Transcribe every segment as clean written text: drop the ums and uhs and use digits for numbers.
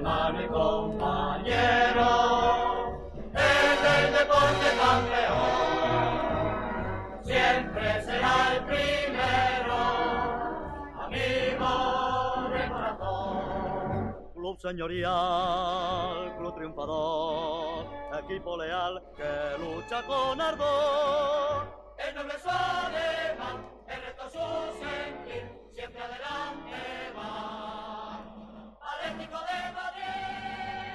hermano y compañero, es el deporte campeón, siempre será el primero, amigo de corazón. Club señorial, club triunfador, equipo leal que lucha con ardor. El noble es alemán, el reto su sentir, siempre adelante va. Atlético de Madrid.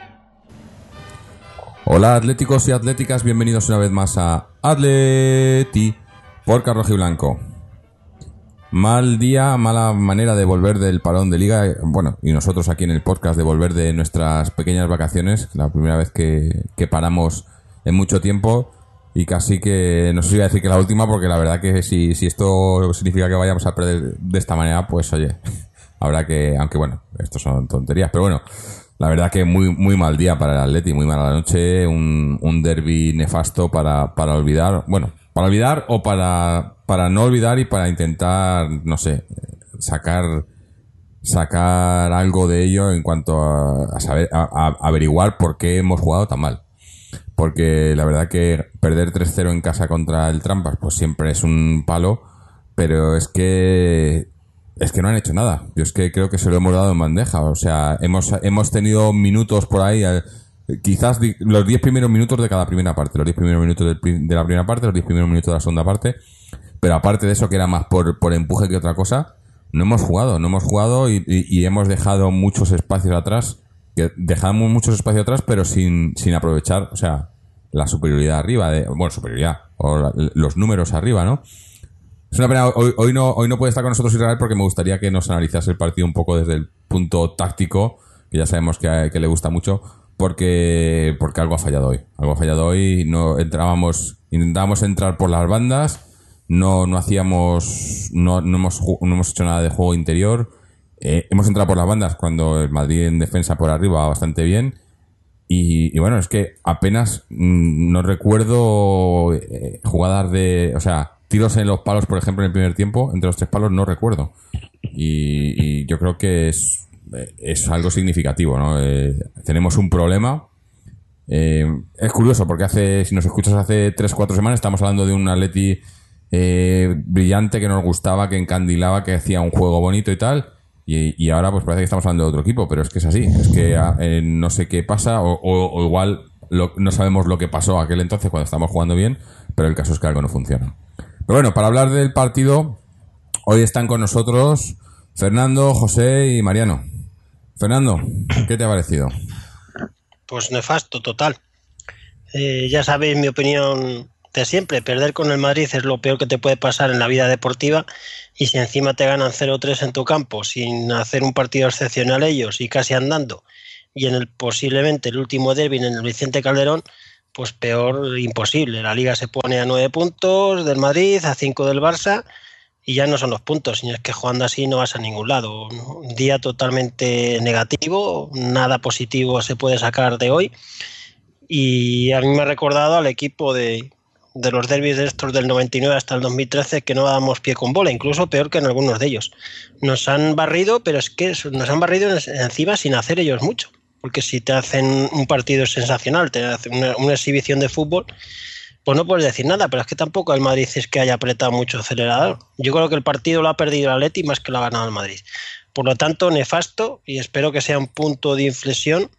Hola atléticos y atléticas, bienvenidos una vez más a Atleti por Rojiblanco. Mal día, mala manera de volver del parón de liga, bueno, y nosotros aquí en el podcast de volver de nuestras pequeñas vacaciones, la primera vez que paramos en mucho tiempo, y casi que, no sé si voy a decir que la última, porque la verdad que si esto significa que vayamos a perder de esta manera, pues oye, habrá que, aunque bueno, esto son tonterías, pero bueno, la verdad que muy mal día para el Atleti, muy mala noche, un derbi nefasto para olvidar, bueno, para olvidar o para no olvidar y para intentar, no sé, sacar algo de ello en cuanto a saber, a averiguar por qué hemos jugado tan mal. Porque la verdad que perder 3-0 en casa contra el Trampas pues siempre es un palo, pero es que no han hecho nada. Yo es que creo que se lo hemos dado en bandeja. O sea, hemos tenido minutos por ahí, quizás los 10 primeros minutos de cada primera parte, los 10 primeros minutos de la primera parte, los 10 primeros minutos de la segunda parte, pero aparte de eso, que era más por empuje que otra cosa, no hemos jugado y hemos dejado muchos espacios atrás, dejamos muchos espacios atrás, pero sin aprovechar, o sea, la superioridad arriba, superioridad, o los números arriba, ¿no? Es una pena, hoy no puede estar con nosotros Israel, porque me gustaría que nos analizase el partido un poco desde el punto táctico, que ya sabemos que le gusta mucho, porque algo ha fallado hoy. Intentábamos entrar por las bandas, no hemos hecho nada de juego interior. Hemos entrado por las bandas cuando el Madrid en defensa por arriba va bastante bien. Y bueno, es que apenas no recuerdo jugadas o sea, tiros en los palos, por ejemplo, en el primer tiempo, entre los 3 palos no recuerdo. Y yo creo que es algo significativo, ¿no? Tenemos un problema. Es curioso porque si nos escuchas hace 3-4 semanas, estamos hablando de un Atleti brillante, que nos gustaba, que encandilaba, que hacía un juego bonito y tal. Y ahora pues parece que estamos hablando de otro equipo, pero es que es así. Es que no sé qué pasa, o igual no sabemos lo que pasó aquel entonces cuando estábamos jugando bien, pero el caso es que algo no funciona. Pero bueno, para hablar del partido, hoy están con nosotros Fernando, José y Mariano. Fernando, ¿qué te ha parecido? Pues nefasto, total. Ya sabéis mi opinión de siempre. Perder con el Madrid es lo peor que te puede pasar en la vida deportiva, y si encima te ganan 0-3 en tu campo sin hacer un partido excepcional ellos y casi andando, y en posiblemente el último derbi en el Vicente Calderón, pues peor imposible. La Liga se pone a 9 puntos del Madrid, a 5 del Barça, y ya no son los puntos, sino es que jugando así no vas a ningún lado. Un día totalmente negativo, nada positivo se puede sacar de hoy, y a mí me ha recordado al equipo de los derbis de estos del 99 hasta el 2013, que no dábamos pie con bola, incluso peor que en algunos de ellos. Nos han barrido, pero es que nos han barrido encima sin hacer ellos mucho, porque si te hacen un partido sensacional, te hacen una exhibición de fútbol, pues no puedes decir nada, pero es que tampoco el Madrid es que haya apretado mucho acelerador. Yo creo que el partido lo ha perdido el Atleti más que lo ha ganado el Madrid. Por lo tanto, nefasto, y espero que sea un punto de inflexión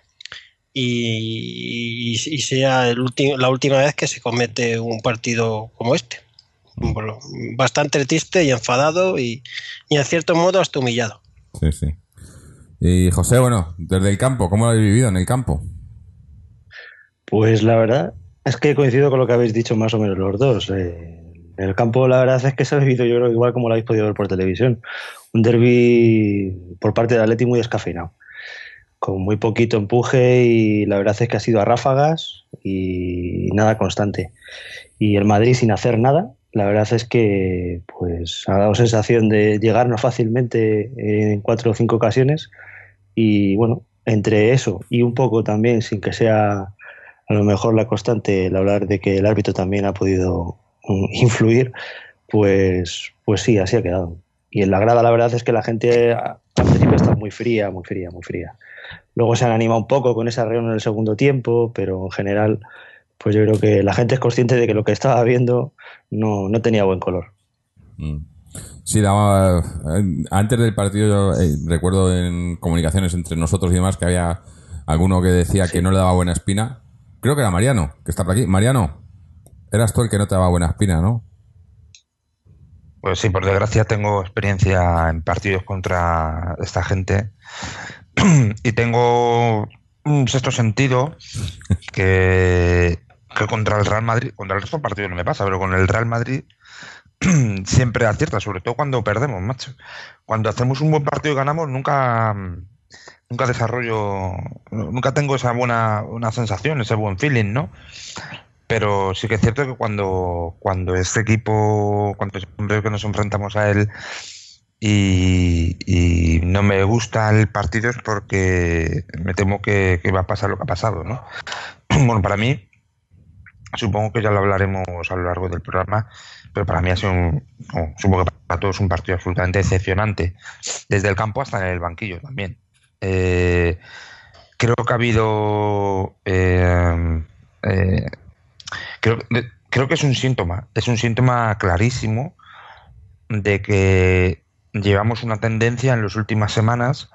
y sea la última vez que se comete un partido como este. Bueno, bastante triste y enfadado y en cierto modo hasta humillado. Sí, sí. Y José, bueno, desde el campo, ¿cómo lo habéis vivido en el campo? Pues la verdad es que coincido con lo que habéis dicho más o menos los dos. En el campo la verdad es que se ha vivido, yo creo, igual como lo habéis podido ver por televisión. Un derbi por parte del Atleti muy descafeinado, con muy poquito empuje, y la verdad es que ha sido a ráfagas y nada constante. Y el Madrid sin hacer nada, la verdad es que pues ha dado sensación de llegarnos fácilmente en 4 o 5 ocasiones, y bueno, entre eso y un poco también, sin que sea a lo mejor la constante, el hablar de que el árbitro también ha podido influir, pues sí, así ha quedado. Y en la grada la verdad es que la gente al principio está muy fría, muy fría, muy fría. Luego se han animado un poco con esa reunión en el segundo tiempo, pero en general pues yo creo que la gente es consciente de que lo que estaba viendo no tenía buen color. Sí, antes del partido yo recuerdo en comunicaciones entre nosotros y demás que había alguno que decía que no le daba buena espina. Creo que era Mariano, que está por aquí. Mariano, eras tú el que no te daba buena espina, ¿no? Pues sí, por desgracia tengo experiencia en partidos contra esta gente y tengo un sexto sentido que contra el Real Madrid, contra el resto de partidos no me pasa, pero con el Real Madrid siempre acierta, sobre todo cuando perdemos, macho. Cuando hacemos un buen partido y ganamos, nunca tengo esa una sensación, ese buen feeling, ¿no? Pero sí que es cierto que cuando este equipo, cuando siempre que nos enfrentamos a él y no me gusta el partido es porque me temo que va a pasar lo que ha pasado, ¿no? Bueno, para mí, supongo que ya lo hablaremos a lo largo del programa, pero para mí ha sido supongo que para todos un partido absolutamente decepcionante, desde el campo hasta en el banquillo también. Creo que ha habido creo que es un síntoma clarísimo de que llevamos una tendencia en las últimas semanas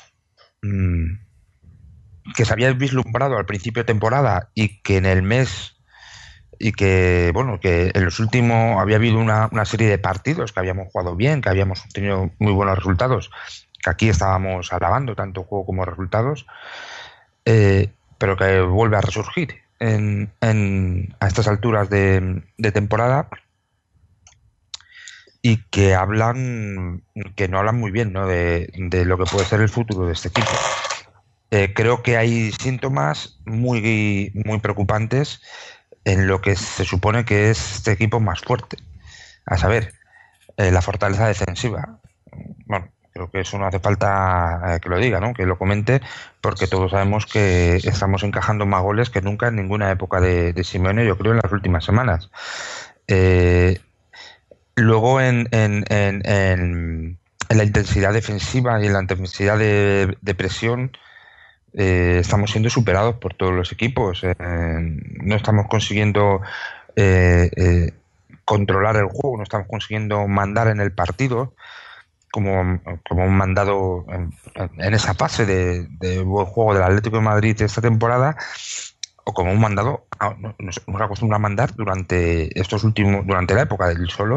que se había vislumbrado al principio de temporada y que en el mes y que bueno, que en los últimos había habido una serie de partidos que habíamos jugado bien, que habíamos obtenido muy buenos resultados, que aquí estábamos alabando tanto juego como resultados, pero que vuelve a resurgir a estas alturas de temporada y que no hablan muy bien, ¿no? de lo que puede ser el futuro de este equipo. Creo que hay síntomas muy, muy preocupantes en lo que se supone que es este equipo más fuerte, a saber, la fortaleza defensiva. Bueno, creo que eso no hace falta que lo diga, ¿no? Que lo comente, porque todos sabemos que estamos encajando más goles que nunca en ninguna época de Simeone, yo creo, en las últimas semanas. Luego en la intensidad defensiva y en la intensidad de presión estamos siendo superados por todos los equipos. No estamos consiguiendo controlar el juego, no estamos consiguiendo mandar en el partido como un mandado en esa fase de buen juego del Atlético de Madrid de esta temporada, o como un mandado nos hemos acostumbrado a mandar durante la época del Cholo,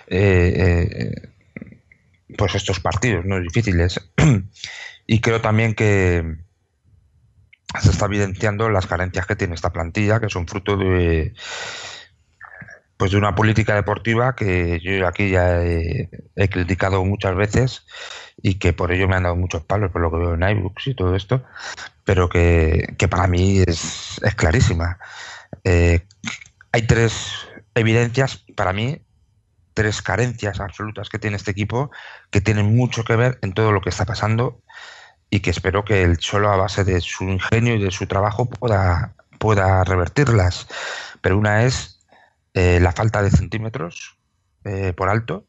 pues estos partidos no difíciles. Y creo también que se está evidenciando las carencias que tiene esta plantilla, que son fruto de una política deportiva que yo aquí ya he criticado muchas veces y que por ello me han dado muchos palos por lo que veo en iBooks y todo esto, pero que para mí es clarísima. Hay tres evidencias, para mí, tres carencias absolutas que tiene este equipo que tienen mucho que ver en todo lo que está pasando y que espero que el Cholo, a base de su ingenio y de su trabajo, pueda revertirlas. Pero una es la falta de centímetros por alto,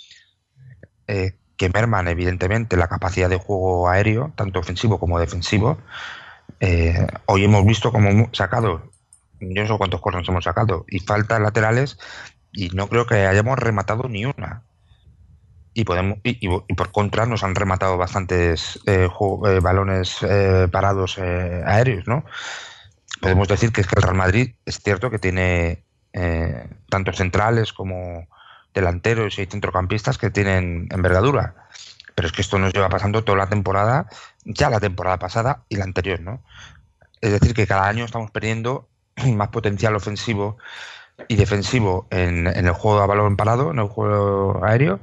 que merman evidentemente la capacidad de juego aéreo, tanto ofensivo como defensivo. Hoy hemos visto cómo hemos sacado, yo no sé cuántos corners hemos sacado, y faltas laterales, y no creo que hayamos rematado ni una. Y por contra nos han rematado bastantes balones parados aéreos, ¿no? Podemos decir que es que el Real Madrid es cierto que tiene tanto centrales como delanteros y centrocampistas que tienen envergadura, pero es que esto nos lleva pasando toda la temporada, ya la temporada pasada y la anterior, ¿no? Es decir, que cada año estamos perdiendo más potencial ofensivo y defensivo en el juego a balón parado, en el juego aéreo,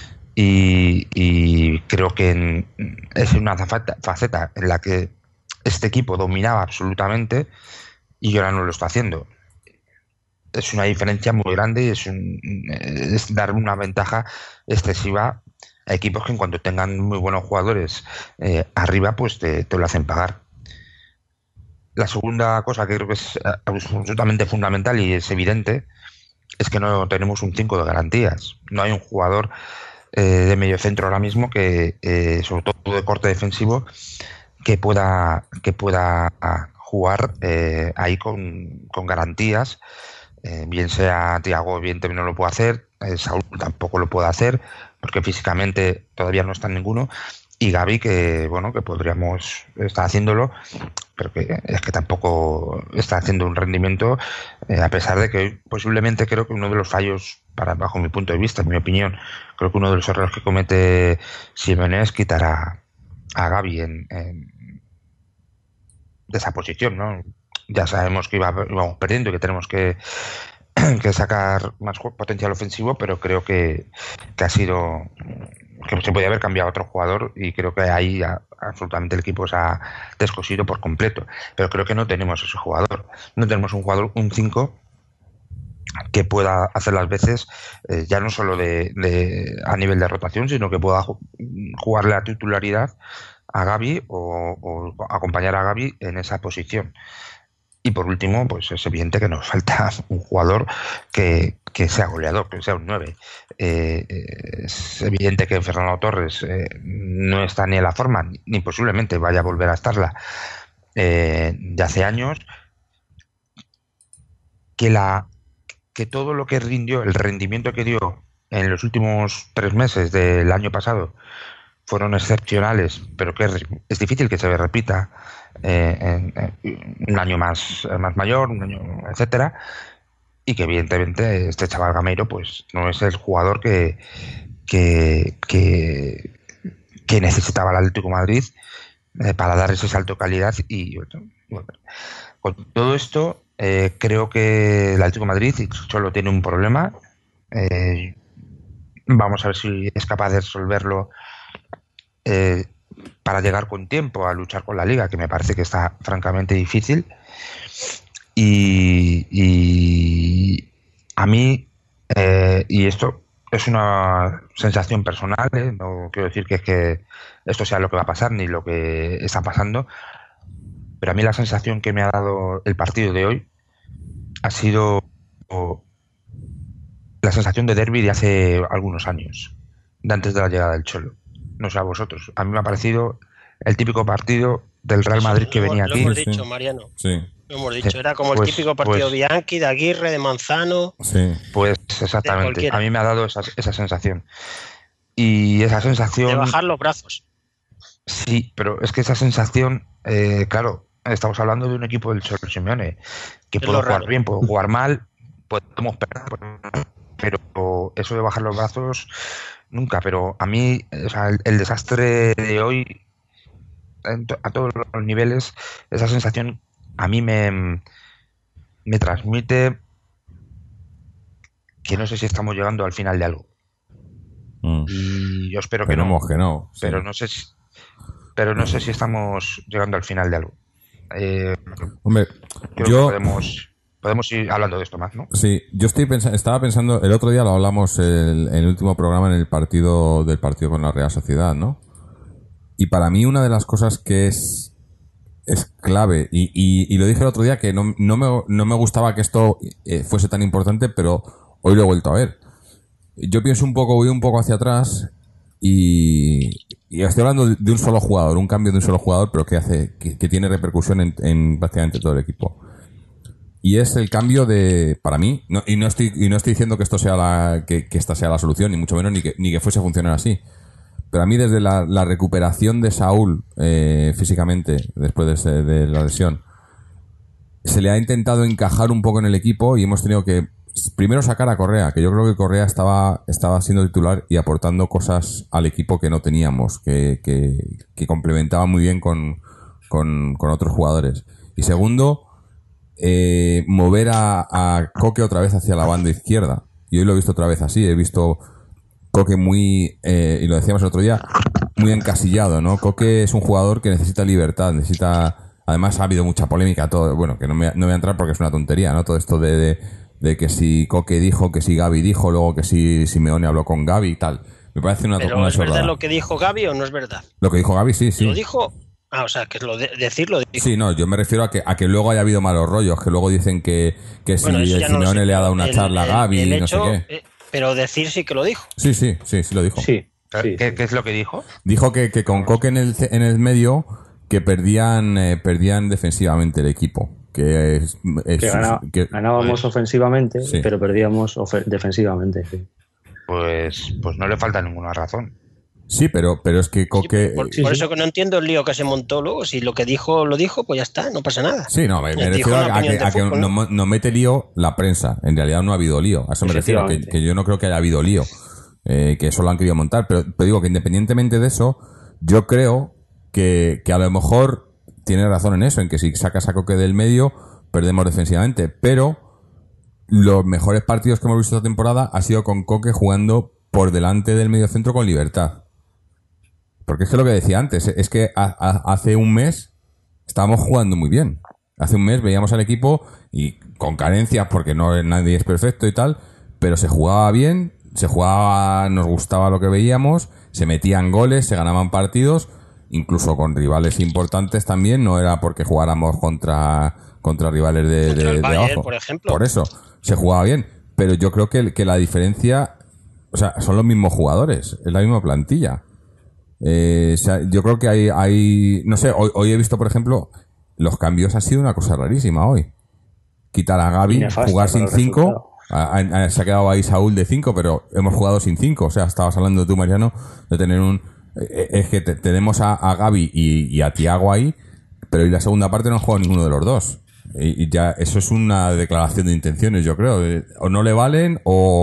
y creo que es una faceta en la que este equipo dominaba absolutamente y ahora no lo está haciendo. Es una diferencia muy grande y es dar una ventaja excesiva a equipos que en cuanto tengan muy buenos jugadores arriba, pues te lo hacen pagar. La segunda cosa que creo que es absolutamente fundamental y es evidente es que no tenemos un 5 de garantías. No hay un jugador de medio centro ahora mismo, que sobre todo de corte defensivo, que pueda jugar ahí con garantías. Bien sea Thiago, evidentemente no lo puede hacer, Saúl tampoco lo puede hacer, porque físicamente todavía no está ninguno, y Gavi, que bueno, que podríamos estar haciéndolo, pero que es que tampoco está haciendo un rendimiento, a pesar de que hoy posiblemente creo que uno de los fallos, bajo mi punto de vista, en mi opinión, creo que uno de los errores que comete Simeone es quitar a Gavi de esa posición, ¿no? Ya sabemos que íbamos perdiendo y que tenemos que sacar más potencial ofensivo, pero creo que ha sido, que se podía haber cambiado a otro jugador, y creo que ahí absolutamente el equipo se ha descosido por completo. Pero creo que no tenemos ese jugador. No tenemos un jugador, un 5, que pueda hacer las veces, ya no solo a nivel de rotación, sino que pueda jugarle la titularidad a Gavi o acompañar a Gavi en esa posición. Y por último, pues es evidente que nos falta un jugador que sea goleador, que sea un 9. Es evidente que Fernando Torres no está ni en la forma, ni posiblemente vaya a volver a estarla de hace años. Que todo lo que rindió, el rendimiento que dio en los últimos 3 meses del año pasado, fueron excepcionales, pero que es difícil que se repita en un año más mayor, un año, etcétera, y que evidentemente este chaval Gameiro pues no es el jugador que necesitaba el Atlético de Madrid para dar ese salto de calidad. Y bueno, con todo esto creo que el Atlético de Madrid solo tiene un problema. Vamos a ver si es capaz de resolverlo para llegar con tiempo a luchar con la Liga, que me parece que está francamente difícil. Y a mí, y esto es una sensación personal, no quiero decir que esto sea lo que va a pasar ni lo que está pasando, pero a mí la sensación que me ha dado el partido de hoy ha sido la sensación de derbi de hace algunos años, de antes de la llegada del Cholo. No sé a vosotros, a mí me ha parecido el típico partido del Real Madrid que venía aquí. Lo hemos dicho, Mariano. Sí. Lo hemos dicho, era como el típico partido Bianchi, de Aguirre, de Manzano. Sí. Pues exactamente, a mí me ha dado esa sensación. Y esa sensación... De bajar los brazos. Sí, pero es que esa sensación, claro, estamos hablando de un equipo del Cholo Simeone, que puede jugar bien, puede jugar mal, podemos perder, pero eso de bajar los brazos, nunca. Pero a mí, o sea, el desastre de hoy, a todos los niveles, esa sensación a mí me transmite que no sé si estamos llegando al final de algo. Y yo espero que no. Que no. Sí. Pero no sé si estamos llegando al final de algo. Hombre, yo... Podemos ir hablando de esto más, ¿no? Sí, yo estaba pensando, el otro día lo hablamos en el último programa en el partido con la Real Sociedad, ¿no? Y para mí una de las cosas que es clave, y lo dije el otro día, que no me gustaba que esto fuese tan importante, pero hoy lo he vuelto a ver. Yo voy un poco hacia atrás y estoy hablando de un solo jugador, un cambio de un solo jugador, pero que tiene repercusión en prácticamente todo el equipo. Y es el cambio para mí, no estoy diciendo que esto sea que esta sea la solución, ni mucho menos, ni que fuese a funcionar así. Pero a mí, desde la recuperación de Saúl físicamente, después de la lesión, se le ha intentado encajar un poco en el equipo y hemos tenido que primero sacar a Correa, que yo creo que Correa estaba siendo titular y aportando cosas al equipo que no teníamos, que complementaba muy bien con otros jugadores. Y segundo, mover a Coque otra vez hacia la banda izquierda. Y hoy lo he visto otra vez así, he visto Coque muy, y lo decíamos el otro día, muy encasillado, ¿no? Coque es un jugador que necesita libertad, además ha habido mucha polémica, todo, bueno, que no voy a entrar porque es una tontería, ¿no? Todo esto de que si Coque dijo, que si Gavi dijo, luego que si Simeone habló con Gavi y tal. Me parece una ¿Pero es chorrada. verdad lo que dijo Gavi o no es verdad? Lo que dijo Gavi, sí. ¿Lo dijo? O sea, que decirlo dijo. Sí, no, yo me refiero a que luego haya habido malos rollos, que luego dicen que si bueno, Simeone le ha dado una charla a Gavi y no sé qué. Pero decir sí que lo dijo. Sí lo dijo. Sí. ¿Qué es lo que dijo? Dijo que con Coque en el medio que perdían defensivamente el equipo. Que ganábamos ofensivamente, sí. pero perdíamos defensivamente. Sí. Pues no le falta ninguna razón. Sí, pero es que Coque... Sí, por eso que no entiendo el lío que se montó luego. Si lo que dijo, lo dijo, pues ya está, no pasa nada. Sí, no, me refiero a que nos mete lío la prensa. En realidad no ha habido lío. A eso me refiero, que yo no creo que haya habido lío. Que eso lo han querido montar. Pero digo que independientemente de eso, yo creo que a lo mejor tiene razón en eso, en que si sacas a Coque del medio, perdemos defensivamente. Pero los mejores partidos que hemos visto esta temporada ha sido con Coque jugando por delante del mediocentro con libertad. Porque es que lo que decía antes, es que hace un mes estábamos jugando muy bien. Hace un mes veíamos al equipo y con carencias, porque nadie es perfecto y tal, pero se jugaba bien, nos gustaba lo que veíamos, se metían goles, se ganaban partidos, incluso con rivales importantes también, no era porque jugáramos contra rivales contra el Bayern, abajo. Por ejemplo. Por eso, se jugaba bien. Pero yo creo que la diferencia, o sea, son los mismos jugadores, es la misma plantilla. O sea, yo creo que hay no sé, hoy he visto, por ejemplo, los cambios ha sido una cosa rarísima hoy. Quitar a Gavi, jugar sin 5, se ha quedado ahí Saúl de 5, pero hemos jugado sin 5. O sea, estabas hablando tú, Mariano, de tener es que tenemos a Gavi y a Thiago ahí, pero en la segunda parte no ha jugado ninguno de los dos. Y ya eso es una declaración de intenciones, yo creo. O no le valen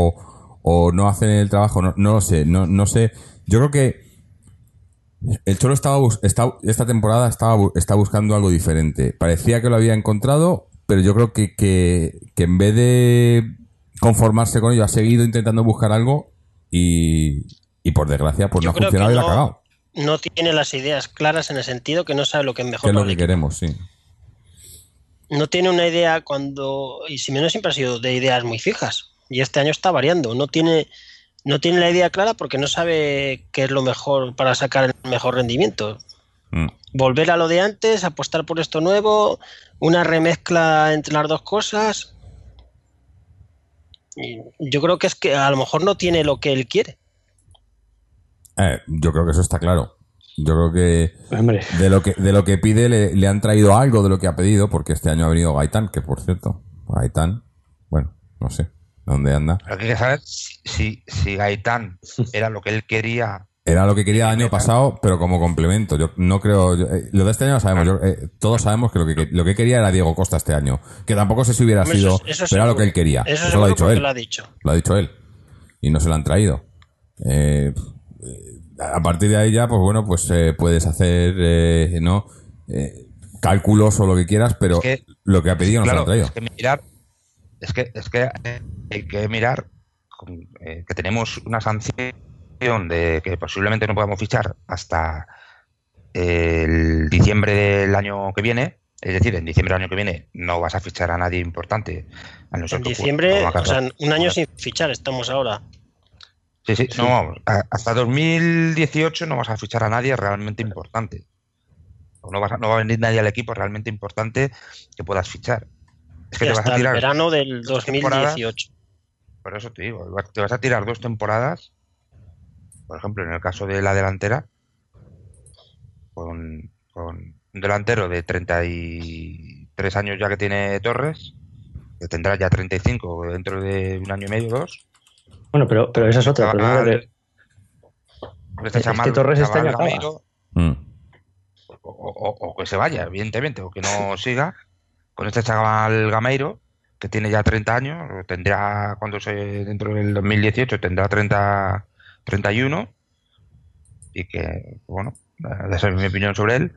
o no hacen el trabajo, no lo sé, no sé. Yo creo que el Cholo esta temporada está buscando algo diferente. Parecía que lo había encontrado, pero yo creo que en vez de conformarse con ello, ha seguido intentando buscar algo y por desgracia pues no ha funcionado y la ha cagado. No tiene las ideas claras en el sentido que no sabe lo que es mejor. Que es lo que queremos, sí. No tiene una idea y Simeone siempre ha sido de ideas muy fijas y este año está variando. No tiene la idea clara porque no sabe qué es lo mejor para sacar el mejor rendimiento. Volver a lo de antes, apostar por esto nuevo, una remezcla entre las dos cosas. Y yo creo que es que a lo mejor no tiene lo que él quiere. Yo creo que eso está claro. Yo creo que Hombre. de lo que pide le han traído algo de lo que ha pedido, porque este año ha venido Gaitán, que por cierto, Gaitán, bueno, no sé dónde anda. Pero hay que saber si Gaitán era lo que él quería. Era lo que quería el año pasado, pero como complemento. Yo no creo. Lo de este año lo sabemos. Todos sabemos que lo que quería era Diego Costa este año. Que tampoco sé si hubiera sido. Eso pero era lo que él quería. Eso lo ha dicho él. Lo ha dicho. Lo ha dicho él. Y no se lo han traído. A partir de ahí ya, pues bueno, pues puedes hacer cálculos o lo que quieras, pero es que, lo que ha pedido no se lo han traído. Es que hay que mirar que tenemos una sanción de que posiblemente no podamos fichar hasta el diciembre del año que viene. Es decir, en diciembre del año que viene no vas a fichar a nadie importante. En diciembre, o sea, un año sin fichar estamos ahora. Sí. No, vamos, hasta 2018 no vas a fichar a nadie realmente importante. No va a venir nadie al equipo realmente importante que puedas fichar. Es que te vas a tirar el verano del 2018. Por eso te digo, te vas a tirar 2 temporadas, por ejemplo, en el caso de la delantera, con un delantero de 33 años ya que tiene Torres, que tendrá ya 35 dentro de un año y medio, 2. Bueno, pero esa es otra. Este Torres este año acaba. O que se vaya, evidentemente, o que no siga. Con este chaval Gameiro, que tiene ya 30 años, tendrá, dentro del 2018 tendrá 31, y que, bueno, esa es mi opinión sobre él.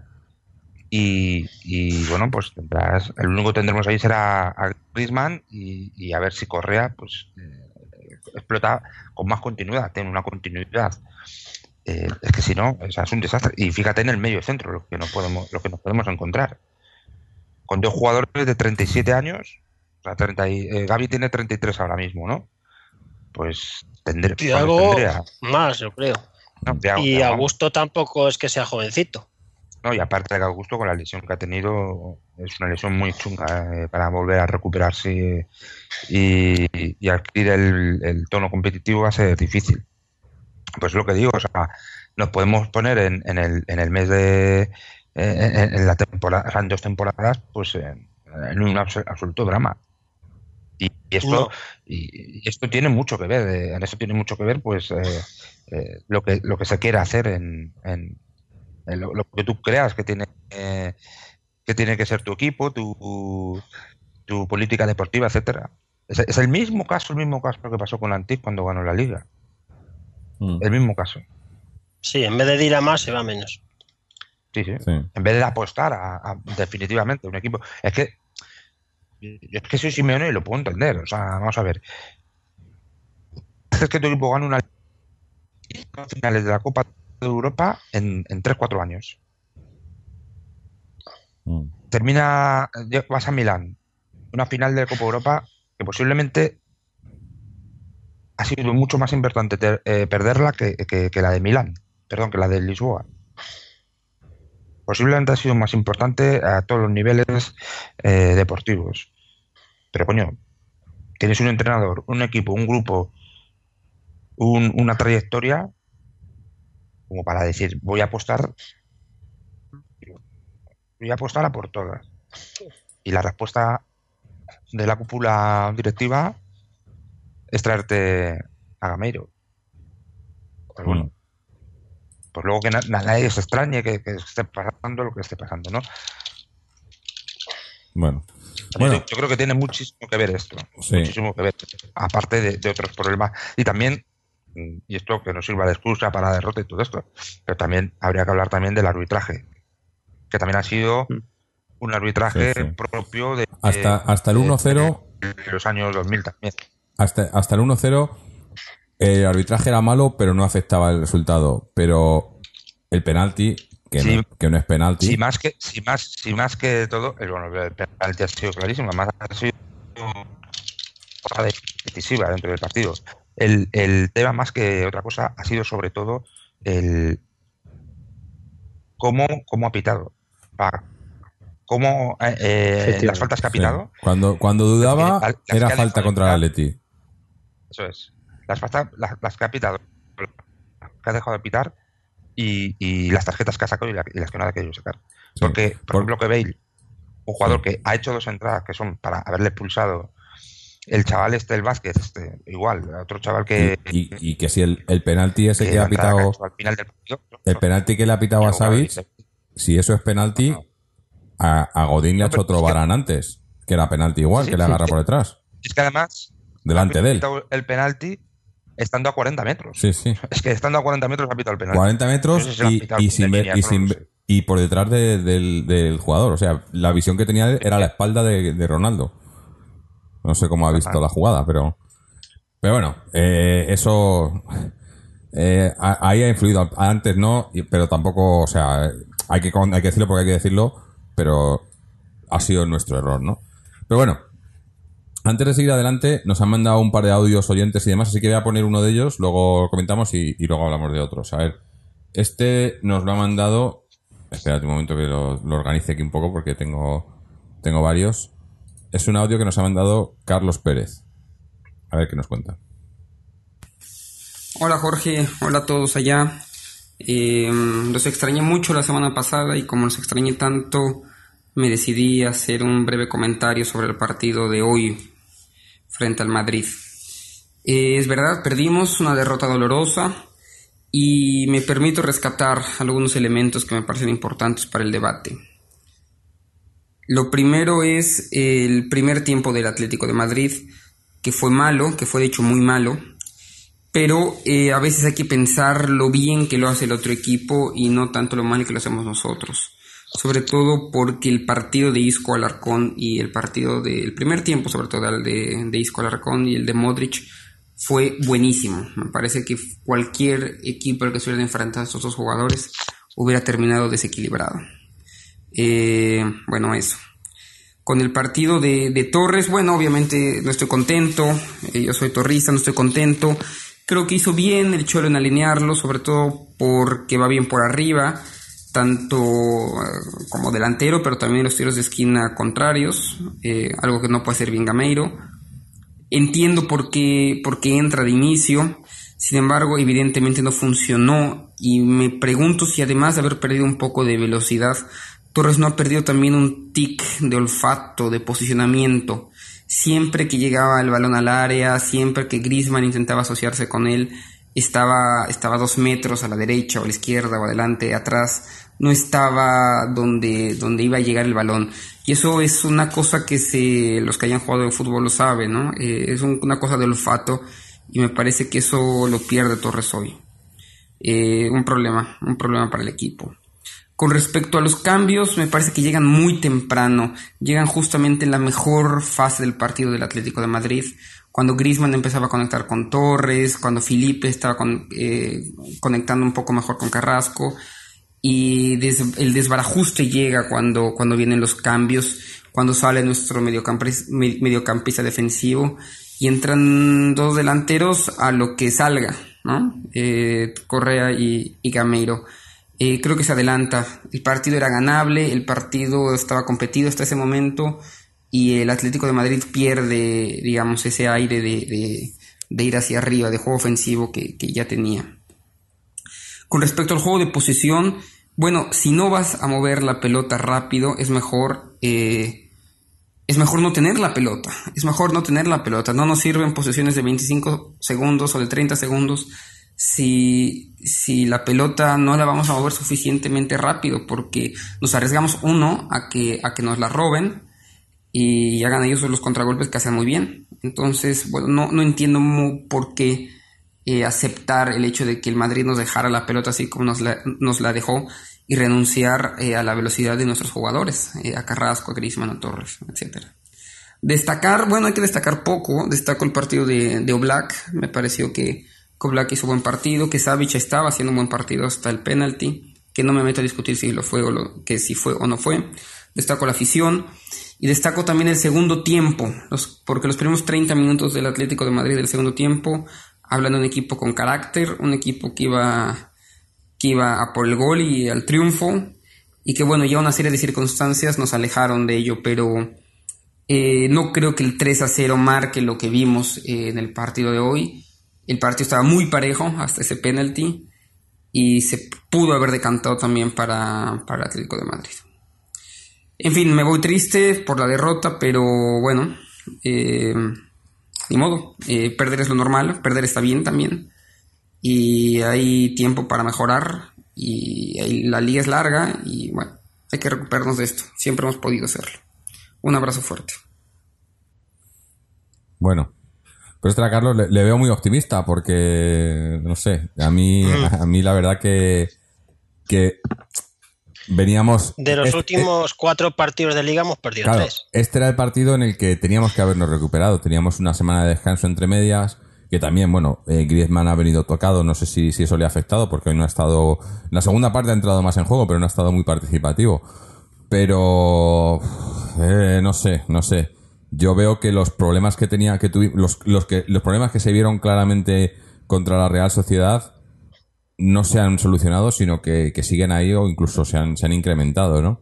Y bueno, pues el único que tendremos ahí será a Griezmann y a ver si Correa, pues explota con más continuidad, tiene una continuidad. Es que si no, es un desastre. Y fíjate en el medio centro lo que nos podemos encontrar. Con 2 jugadores de 37 años, o sea, Gavi tiene 33 ahora mismo, ¿no? Pues tendría más, yo creo. No, y Augusto tampoco es que sea jovencito. ¿no? Y aparte de Augusto, con la lesión que ha tenido, es una lesión muy chunga para volver a recuperarse y adquirir el tono competitivo va a ser difícil. Pues lo que digo, o sea, nos podemos poner en el mes de... en la temporada, o sea, en 2 temporadas, pues en un absoluto drama. Y esto No. y esto tiene mucho que ver, en eso tiene mucho que ver, pues lo que se quiere hacer en lo que tú creas que tiene que ser tu equipo, tu política deportiva, etcétera. Es el mismo caso que pasó con Antich cuando ganó la Liga. El mismo caso. Sí, en vez de ir a más, se va a menos. Sí, sí. Sí. En vez de apostar a definitivamente un equipo. Yo es que soy Simeone y lo puedo entender. O sea, vamos a ver. Es que tu equipo gana una finales de la Copa de Europa en 3-4 años. Vas a Milán, una final de la Copa de Europa que posiblemente ha sido mucho más importante perderla que la de Milán, perdón, que la de Lisboa. Posiblemente ha sido más importante a todos los niveles deportivos. Pero coño, tienes un entrenador, un equipo, un grupo, una trayectoria como para decir, voy a apostar a por todas. Y la respuesta de la cúpula directiva es traerte a Gameiro. Pues bueno, pues luego que nadie se extrañe que esté pasando lo que esté pasando, ¿no? Bueno. Yo creo que tiene muchísimo que ver esto, Sí. muchísimo que ver, aparte de otros problemas. Y también, y esto que no sirva de excusa para la derrota y todo esto, pero también habría que hablar también del arbitraje, que también ha sido un arbitraje propio de hasta el 1-0 de los años 2000 también. Hasta el 1-0 el arbitraje era malo, pero no afectaba el resultado. Pero el penalti, que no es penalti. Sí, más que todo, el penalti ha sido clarísimo, además ha sido decisiva dentro del partido. El tema, más que otra cosa, ha sido sobre todo el cómo ha pitado. Cómo las faltas que ha pitado. Sí. Cuando dudaba, era falta contra el Atleti. Eso es. Las que ha pitado, que ha dejado de pitar y las tarjetas que ha sacado y las que no ha querido sacar. Sí. Porque, por ejemplo, que Bale, un jugador que ha hecho 2 entradas que son para haberle expulsado, el chaval el Vázquez, igual, otro chaval que... Y que si el penalti ese que ha pitado... al final del partido, el penalti que le ha pitado a Savic, si eso es penalti, a Godín le ha hecho otro Varane antes, que era penalti igual, que le agarra por detrás. Es que además... Delante de él. El penalti estando a 40 metros. Sí, sí. Es que estando a 40 metros ha pitado el penalti. 40 metros y por detrás del jugador. O sea, la visión que tenía era la espalda de Ronaldo. No sé cómo ha visto la jugada, pero bueno, eso ahí ha influido. Antes no, pero tampoco, o sea, hay que decirlo porque hay que decirlo, pero ha sido nuestro error, ¿no? Pero bueno, antes de seguir adelante, nos han mandado un par de audios oyentes y demás, así que voy a poner uno de ellos, luego comentamos y luego hablamos de otros. A ver, este nos lo ha mandado... Espérate un momento que lo organice aquí un poco porque tengo varios. Es un audio que nos ha mandado Carlos Pérez. A ver qué nos cuenta. Hola Jorge, hola a todos allá. Los extrañé mucho la semana pasada y como los extrañé tanto, me decidí a hacer un breve comentario sobre el partido de hoy frente al Madrid. Es verdad, perdimos, una derrota dolorosa, y me permito rescatar algunos elementos que me parecen importantes para el debate. Lo primero es el primer tiempo del Atlético de Madrid, que fue malo, que fue de hecho muy malo, pero a veces hay que pensar lo bien que lo hace el otro equipo y no tanto lo mal que lo hacemos nosotros. Sobre todo porque el partido de Isco Alarcón y el partido del primer tiempo, sobre todo el de Isco Alarcón y el de Modric, fue buenísimo. Me parece que cualquier equipo al que se hubiera enfrentado a estos dos jugadores hubiera terminado desequilibrado. Bueno, eso. Con el partido de Torres, bueno, obviamente no estoy contento. Yo soy torrista, no estoy contento. Creo que hizo bien el Cholo en alinearlo, sobre todo porque va bien por arriba. tanto como delantero, pero también en los tiros de esquina contrarios, algo que no puede hacer bien Gameiro. Entiendo por qué entra de inicio, sin embargo, evidentemente no funcionó, y me pregunto si además de haber perdido un poco de velocidad, Torres no ha perdido también un tic de olfato, de posicionamiento. Siempre que llegaba el balón al área, siempre que Griezmann intentaba asociarse con él, estaba 2 metros a la derecha o a la izquierda o adelante, atrás, no estaba donde iba a llegar el balón. Y eso es una cosa que los que hayan jugado de fútbol lo saben, ¿no? Es una cosa de olfato, y me parece que eso lo pierde Torres hoy. Un problema para el equipo. Con respecto a los cambios, me parece que llegan muy temprano, llegan justamente en la mejor fase del partido del Atlético de Madrid, cuando Griezmann empezaba a conectar con Torres, cuando Felipe estaba conectando un poco mejor con Carrasco, y el desbarajuste llega cuando vienen los cambios, cuando sale nuestro mediocampista defensivo y entran 2 delanteros a lo que salga, ¿no? Correa y Gameiro. Creo que se adelanta. El partido era ganable, el partido estaba competido hasta ese momento, y el Atlético de Madrid pierde, digamos, ese aire de ir hacia arriba, de juego ofensivo que ya tenía. Con respecto al juego de posesión, bueno, si no vas a mover la pelota rápido, es mejor no tener la pelota. No nos sirven posesiones de 25 segundos o de 30 segundos si la pelota no la vamos a mover suficientemente rápido, porque nos arriesgamos a que nos la roben y hagan ellos los contragolpes que hacen muy bien. Entonces, bueno, no entiendo por qué aceptar el hecho de que el Madrid nos dejara la pelota así como nos la dejó, y renunciar a la velocidad de nuestros jugadores, a Carrasco, a Griezmann, a Torres, etcétera. Destacar, bueno, hay que destacar poco. Destaco el partido de Oblak. Me pareció que Oblak hizo buen partido, que Savic estaba haciendo un buen partido hasta el penalti, que no me meto a discutir si fue o no fue. Destaco la afición, y destaco también el segundo tiempo, porque los primeros 30 minutos del Atlético de Madrid del segundo tiempo hablan de un equipo con carácter, un equipo que iba a por el gol y al triunfo, y que bueno, ya una serie de circunstancias nos alejaron de ello, pero no creo que el 3-0 marque lo que vimos en el partido de hoy. El partido estaba muy parejo hasta ese penalti, y se pudo haber decantado también para el Atlético de Madrid. En fin, me voy triste por la derrota, pero bueno, ni modo, perder es lo normal, perder está bien también, y hay tiempo para mejorar, y la liga es larga, y bueno, hay que recuperarnos de esto. Siempre hemos podido hacerlo. Un abrazo fuerte. Bueno, pero a Carlos le veo muy optimista, porque no sé, a mí la verdad que veníamos de los últimos 4 partidos de liga hemos perdido 3. Este era el partido en el que teníamos que habernos recuperado. Teníamos una semana de descanso entre medias, que también, bueno, Griezmann ha venido tocado, no sé si eso le ha afectado, porque hoy no ha estado, en la segunda parte ha entrado más en juego, pero no ha estado muy participativo. Pero no sé. Yo veo que los problemas que tuvimos, los problemas que se vieron claramente contra la Real Sociedad no se han solucionado, sino que siguen ahí, o incluso se han incrementado, ¿no?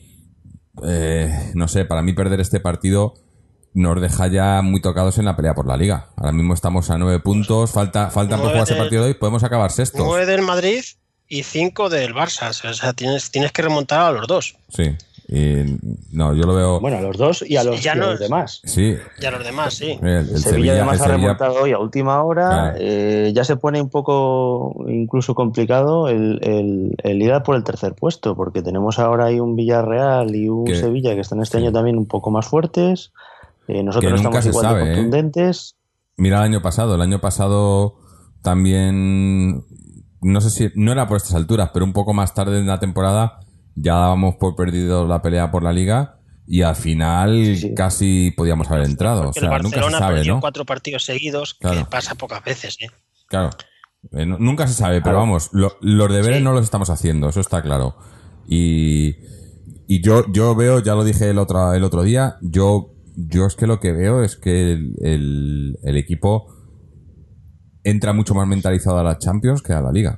No sé, para mí perder este partido nos deja ya muy tocados en la pelea por la Liga. Ahora mismo estamos a 9 puntos, falta por jugar ese partido de hoy, podemos acabar sextos. 9 del Madrid y 5 del Barça, o sea, tienes que remontar a los 2. Sí. No, yo lo veo. Bueno, a los 2 y a los, demás. Sí. Y a los demás, sí. El Sevilla además ha remontado hoy a última hora. Claro. Ya se pone un poco incluso complicado el ir a por el tercer puesto, porque tenemos ahora ahí un Villarreal y un Sevilla que están este año también un poco más fuertes. Nosotros estamos igual de contundentes. Mira el año pasado también, no sé si no era por estas alturas, pero un poco más tarde en la temporada ya dábamos por perdido la pelea por la Liga, y al final casi podíamos haber entrado. Porque o sea, nunca se sabe, perdió, ¿no? 4 partidos seguidos, claro, que pasa pocas veces, ¿eh? Claro. Nunca se sabe, pero vamos, los deberes no los estamos haciendo, eso está claro. Y yo veo, ya lo dije el otro día, yo es que lo que veo es que el equipo entra mucho más mentalizado a la Champions que a la Liga.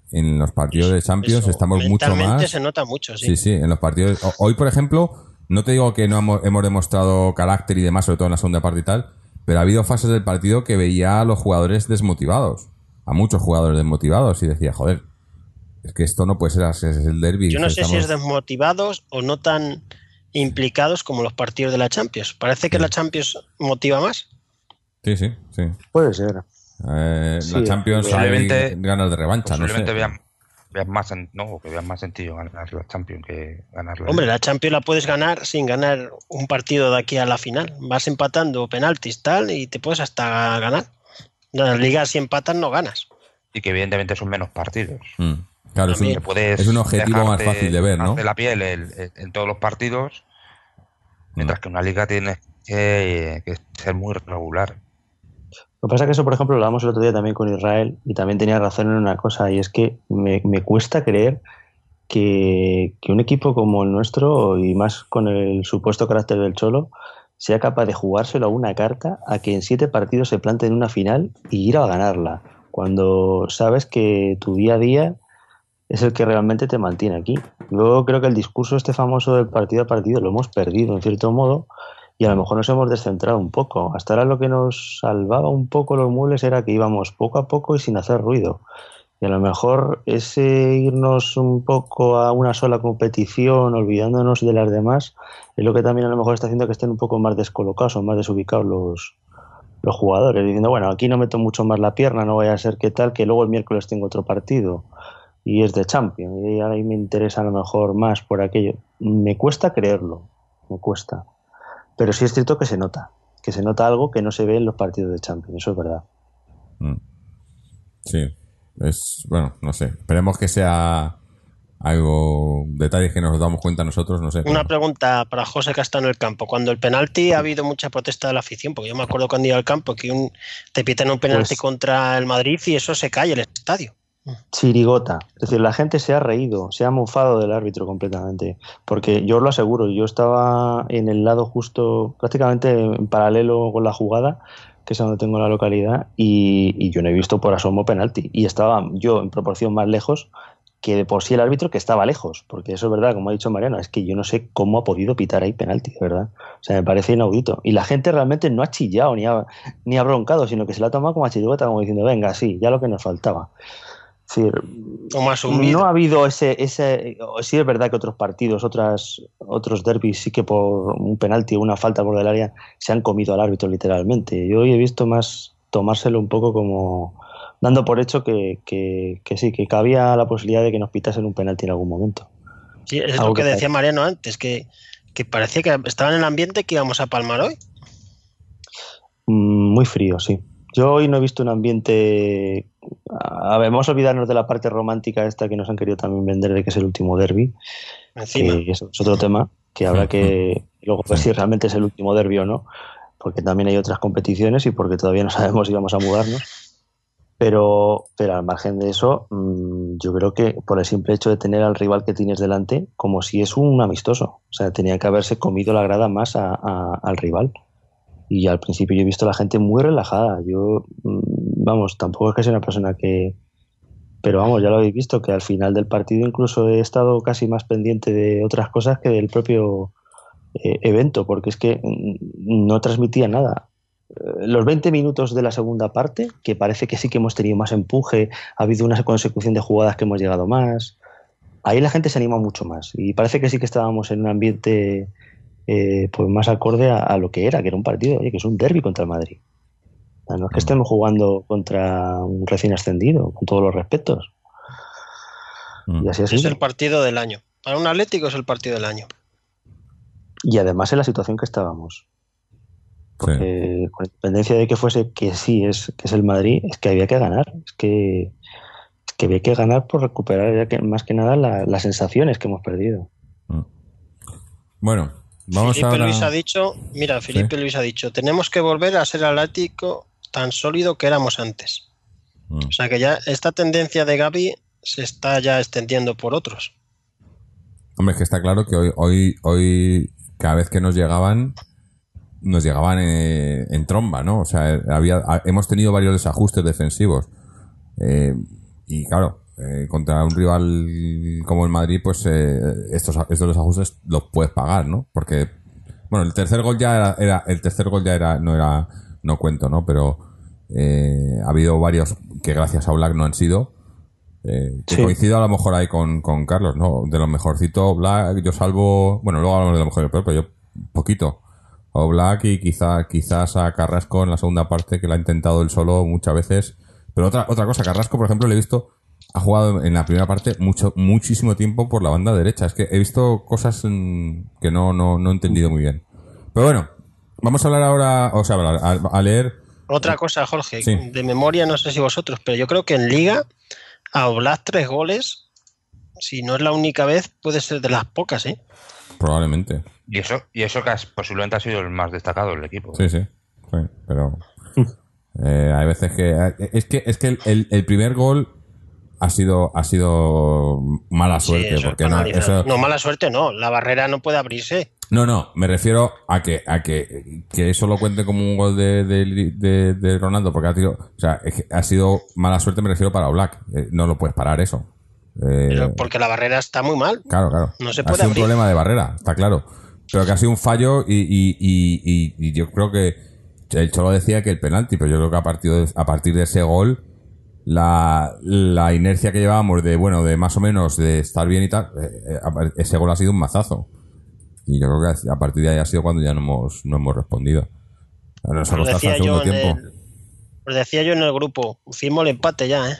en los partidos de Champions Eso, estamos mucho mentalmente más. se nota mucho, sí. Sí, sí, en los partidos. Hoy, por ejemplo, no te digo que no hemos demostrado carácter y demás, sobre todo en la segunda parte y tal, pero ha habido fases del partido que veía a los jugadores desmotivados, a muchos jugadores desmotivados, y decía, joder, es que esto no puede ser así, es el derbi. Yo no sé si es desmotivados o no tan implicados como los partidos de la Champions. Parece que la Champions motiva más. Sí, sí, sí. Puede ser. La Sí, Champions hay posiblemente- ganas de revancha, no sé. Posiblemente vean más, que vean más sentido ganar la Champions que ganar la Hombre, Liga. la Champions la puedes ganar sin ganar un partido de aquí a la final. Vas empatando penaltis tal y te puedes hasta ganar. La Liga si empatas no ganas. Y que evidentemente son menos partidos. Claro, También. Que puedes es un objetivo más dejarte- fácil de ver, ¿no? dejarte la piel en todos los partidos, mientras que una liga tiene que ser muy regular. Lo que pasa es que eso, por ejemplo, lo hablamos el otro día también con Israel y también tenía razón en una cosa, y es que me cuesta creer que un equipo como el nuestro, y más con el supuesto carácter del Cholo, sea capaz de jugárselo a una carta a que en 7 partidos se plante en una final y ir a ganarla, cuando sabes que tu día a día es el que realmente te mantiene aquí. Yo creo que el discurso este famoso del partido a partido lo hemos perdido en cierto modo, y a lo mejor nos hemos descentrado un poco. Hasta ahora lo que nos salvaba un poco los muebles era que íbamos poco a poco y sin hacer ruido. Y a lo mejor ese irnos un poco a una sola competición, olvidándonos de las demás, es lo que también a lo mejor está haciendo que estén un poco más descolocados o más desubicados los jugadores, diciendo, bueno, aquí no meto mucho más la pierna, no vaya a ser que tal, que luego el miércoles tengo otro partido y es de Champions, y ahí me interesa a lo mejor más por aquello. Me cuesta creerlo, me cuesta. Pero sí es cierto que se nota algo que no se ve en los partidos de Champions, eso es verdad. Sí, bueno, no sé. Esperemos que sea algo, detalles que nos damos cuenta nosotros, no sé. Una pregunta para José que está en el campo. Cuando el penalti ha habido mucha protesta de la afición, porque yo me acuerdo cuando iba al campo que te pitan un penalti contra el Madrid y eso se cae el estadio. Chirigota, es decir, la gente se ha reído, se ha mofado del árbitro completamente, porque yo os lo aseguro, yo estaba en el lado justo, prácticamente en paralelo con la jugada, que es donde tengo la localidad, y yo no he visto por asomo penalti, y estaba yo en proporción más lejos que de por sí el árbitro, que estaba lejos, porque eso es verdad, como ha dicho Mariano, es que yo no sé cómo ha podido pitar ahí penalti, de verdad, o sea, me parece inaudito, y la gente realmente no ha chillado ni ha broncado, sino que se la ha tomado como a chirigota, como diciendo, venga, sí, ya lo que nos faltaba. Es decir, no ha habido ese sí es verdad que otros partidos, otros derbis sí que por un penalti o una falta por del área se han comido al árbitro literalmente. Yo hoy he visto más tomárselo un poco como dando por hecho que sí, que cabía la posibilidad de que nos pitasen un penalti en algún momento. Sí, es lo que decía Mariano antes, que parecía que estaba en el ambiente que íbamos a palmar hoy. Muy frío, sí. Yo hoy no he visto un ambiente. A ver, vamos a olvidarnos de la parte romántica esta que nos han querido también vender de que es el último derbi. Que eso es otro tema que habrá que luego ver si realmente es el último derbi o no, porque también hay otras competiciones y porque todavía no sabemos si vamos a mudarnos. Pero al margen de eso, yo creo que por el simple hecho de tener al rival que tienes delante, como si es un amistoso. O sea, tenía que haberse comido la grada más al rival. Y al principio yo he visto a la gente muy relajada. Yo, vamos, tampoco es que sea una persona que... Pero vamos, ya lo habéis visto, que al final del partido incluso he estado casi más pendiente de otras cosas que del propio evento, porque es que no transmitía nada. Los 20 minutos de la segunda parte, que parece que sí que hemos tenido más empuje, ha habido una consecución de jugadas que hemos llegado más. Ahí la gente se anima mucho más. Y parece que sí que estábamos en un ambiente... pues más acorde a lo que era un partido, oye, que es un derbi contra el Madrid. No es que estemos jugando contra un recién ascendido, con todos los respetos. Y así es el partido del año. Para un Atlético es el partido del año. Y además en la situación que estábamos. Porque con independencia de que fuese que sí es el Madrid, es que había que ganar. Es que había que ganar por recuperar ya que, más que nada las sensaciones que hemos perdido. Bueno, Felipe Luis ha dicho, Luis ha dicho, tenemos que volver a ser Atlético tan sólido que éramos antes. O sea que ya esta tendencia de Gavi se está ya extendiendo por otros. Hombre, es que está claro que hoy cada vez que nos llegaban en tromba, ¿no? O sea, hemos tenido varios desajustes defensivos. Y claro, contra un rival como el Madrid, pues estos los ajustes los puedes pagar, ¿no? Porque, bueno, el tercer gol ya no cuento, ¿no? Pero ha habido varios que gracias a Oblak no han sido. Que Sí. coincido a lo mejor ahí con Carlos, ¿no? De lo mejorcito Oblak, yo salvo, bueno, luego hablamos de lo mejor y lo peor, pero yo poquito. Oblak y quizás a Carrasco en la segunda parte, que lo ha intentado él solo muchas veces. Pero otra cosa, Carrasco, por ejemplo, le he visto, ha jugado en la primera parte muchísimo tiempo por la banda derecha. Es que he visto cosas que no he entendido muy bien. Pero bueno, vamos a hablar ahora, o sea, a leer. Otra cosa, Jorge, Sí. de memoria, no sé si vosotros, pero yo creo que en Liga a Oblak 3 goles, si no es la única vez, puede ser de las pocas, ¿eh? Probablemente. Y eso que posiblemente ha sido el más destacado del equipo. Sí, pero hay veces que es que el primer gol ha sido mala suerte, eso porque es no, penalizado. eso, No, mala suerte no, la barrera no puede abrirse. no, me refiero a que eso lo cuente como un gol de Ronaldo, porque o sea, es que ha sido mala suerte, me refiero para Oblak. No lo puedes parar eso. Pero porque la barrera está muy mal. Claro. No se Ha puede sido un abrir. problema de barrera, está claro. Pero que ha sido un fallo y yo creo que el Cholo decía que el penalti, pero yo creo que a partir de ese gol la inercia que llevábamos de más o menos de estar bien y tal, ese gol ha sido un mazazo. Y yo creo que a partir de ahí ha sido cuando ya no hemos respondido. Nos ha costado hasta el segundo tiempo. Os decía yo en el grupo, firmo el empate ya, ¿eh?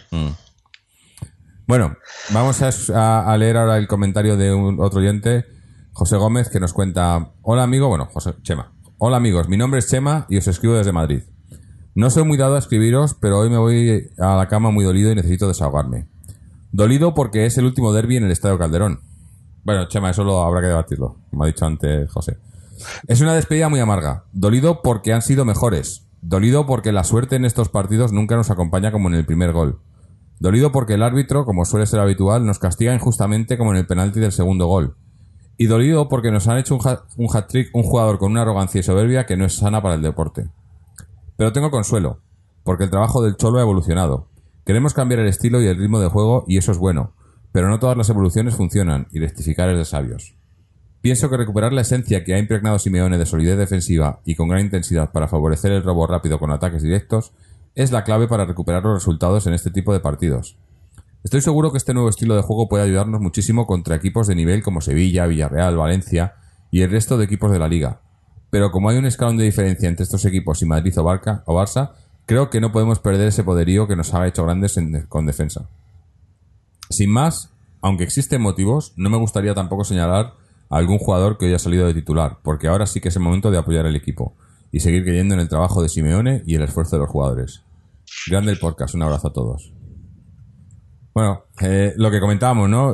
Bueno, vamos a leer ahora el comentario de otro oyente, José Gómez, que nos cuenta: hola amigo, Chema. Hola amigos, mi nombre es Chema y os escribo desde Madrid. No soy muy dado a escribiros, pero hoy me voy a la cama muy dolido y necesito desahogarme. Dolido porque es el último derbi en el Estadio Calderón. Bueno, Chema, eso habrá que debatirlo, como ha dicho antes José. Es una despedida muy amarga. Dolido porque han sido mejores. Dolido porque la suerte en estos partidos nunca nos acompaña como en el primer gol. Dolido porque el árbitro, como suele ser habitual, nos castiga injustamente como en el penalti del segundo gol. Y dolido porque nos han hecho un hat-trick un jugador con una arrogancia y soberbia que no es sana para el deporte. Pero tengo consuelo, porque el trabajo del Cholo ha evolucionado. Queremos cambiar el estilo y el ritmo de juego y eso es bueno, pero no todas las evoluciones funcionan y rectificar es de sabios. Pienso que recuperar la esencia que ha impregnado Simeone de solidez defensiva y con gran intensidad para favorecer el robo rápido con ataques directos es la clave para recuperar los resultados en este tipo de partidos. Estoy seguro que este nuevo estilo de juego puede ayudarnos muchísimo contra equipos de nivel como Sevilla, Villarreal, Valencia y el resto de equipos de la Liga. Pero como hay un escalón de diferencia entre estos equipos y Madrid o Barça, creo que no podemos perder ese poderío que nos ha hecho grandes con defensa. Sin más, aunque existen motivos, no me gustaría tampoco señalar a algún jugador que hoy ha salido de titular, porque ahora sí que es el momento de apoyar al equipo y seguir creyendo en el trabajo de Simeone y el esfuerzo de los jugadores. Grande el podcast, un abrazo a todos. Bueno, lo que comentábamos, ¿no?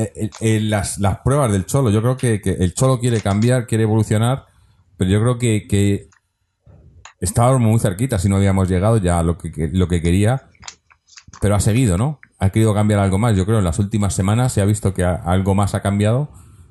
Las pruebas del Cholo, yo creo que el Cholo quiere cambiar, quiere evolucionar, pero yo creo que estábamos muy cerquita si no habíamos llegado ya a lo que quería, pero ha seguido, ¿no? Ha querido cambiar algo más. Yo creo en las últimas semanas se ha visto que algo más ha cambiado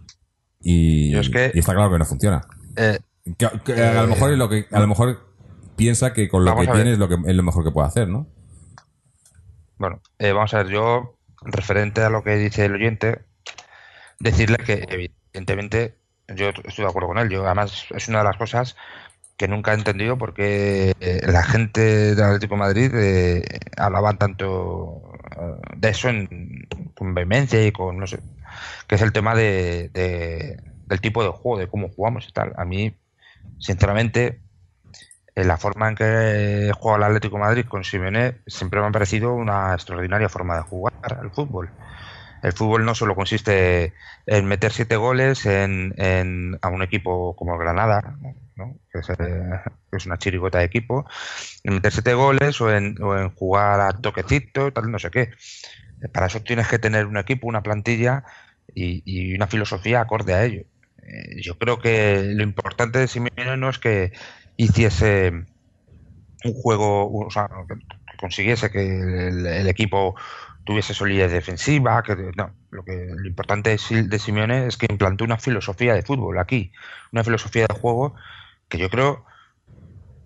y está claro que no funciona. Que a lo mejor es lo que a lo mejor piensa que con lo que tiene es lo mejor que puede hacer, ¿no? Bueno, vamos a ver, yo, referente a lo que dice el oyente, decirle que evidentemente yo estoy de acuerdo con él. Yo además es una de las cosas que nunca he entendido porque la gente del Atlético de Madrid hablaban tanto de eso con vehemencia y con, no sé, que es el tema del tipo de juego, de cómo jugamos y tal. A mí, sinceramente, la forma en que juega el Atlético de Madrid con Simeone siempre me ha parecido una extraordinaria forma de jugar al fútbol. El fútbol no solo consiste en meter 7 goles a un equipo como el Granada, ¿no? que es una chirigota de equipo, en meter 7 goles o en jugar a toquecito, tal, no sé qué. Para eso tienes que tener un equipo, una plantilla y una filosofía acorde a ello. Yo creo que lo importante de Simeone no es que hiciese un juego, o sea, que consiguiese que el equipo tuviese solidez defensiva, lo importante de Simeone es que implantó una filosofía de fútbol aquí, una filosofía de juego que yo creo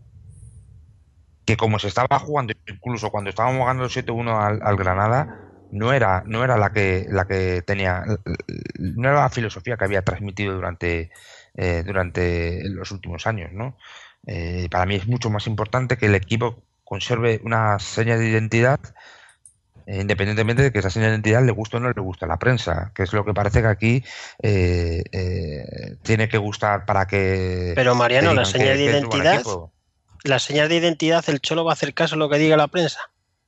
que como se estaba jugando, incluso cuando estábamos ganando 7-1 al Granada, no era la que tenía, no era la filosofía que había transmitido durante los últimos años, ¿no? Para mí es mucho más importante que el equipo conserve una seña de identidad, independientemente de que esa seña de identidad le guste o no le guste a la prensa, que es lo que parece que aquí tiene que gustar para que... Pero Mariano, digan la seña de que es un buen identidad, equipo. la señal de identidad, el Cholo va a hacer caso a lo que diga la prensa.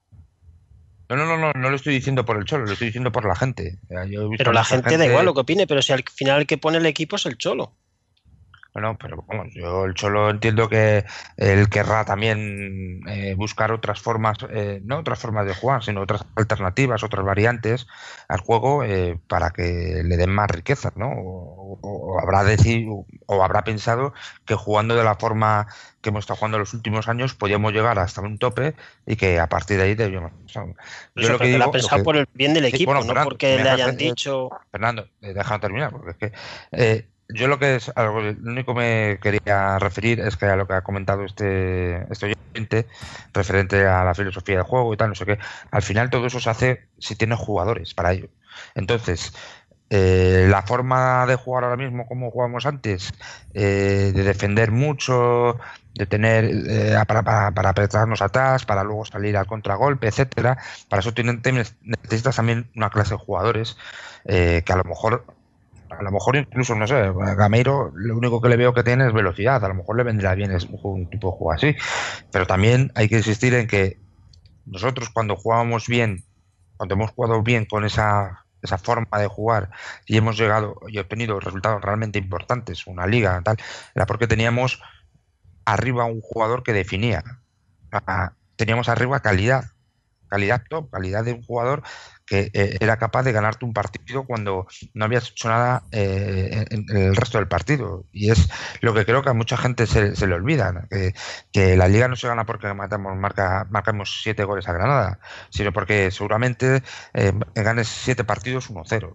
No lo estoy diciendo por el Cholo, lo estoy diciendo por la gente. Yo he visto Pero la mucha gente da igual lo que opine, pero si al final el que pone el equipo es el Cholo. No, pero vamos, yo el Cholo entiendo que él querrá también buscar otras formas, no otras formas de jugar, sino otras alternativas, otras variantes al juego para que le den más riqueza, ¿no? O habrá pensado que jugando de la forma que hemos estado jugando los últimos años podíamos llegar hasta un tope y que a partir de ahí debíamos... Yo lo que digo, la ha pensado por el bien del equipo, bueno, no Fernando, porque le hayan dicho... Fernando, déjame terminar, porque es que... yo lo único que me quería referir es que a lo que ha comentado este oyente referente a la filosofía del juego y tal, no sé qué, al final todo eso se hace si tienes jugadores para ello. Entonces, la forma de jugar ahora mismo como jugábamos antes, de defender mucho, de tener para apretarnos atrás, para luego salir al contragolpe, etcétera, para eso necesitas también una clase de jugadores que a lo mejor incluso, no sé, a Gameiro lo único que le veo que tiene es velocidad, a lo mejor le vendrá bien un tipo de juego así, pero también hay que insistir en que nosotros cuando hemos jugado bien con esa forma de jugar y hemos llegado y obtenido resultados realmente importantes, una liga tal, era porque teníamos arriba un jugador que definía, teníamos arriba calidad top, calidad de un jugador que era capaz de ganarte un partido cuando no habías hecho nada en el resto del partido. Y es lo que creo que a mucha gente se le olvida, ¿no? Que la liga no se gana porque marcamos 7 goles a Granada, sino porque seguramente ganes 7 partidos 1-0.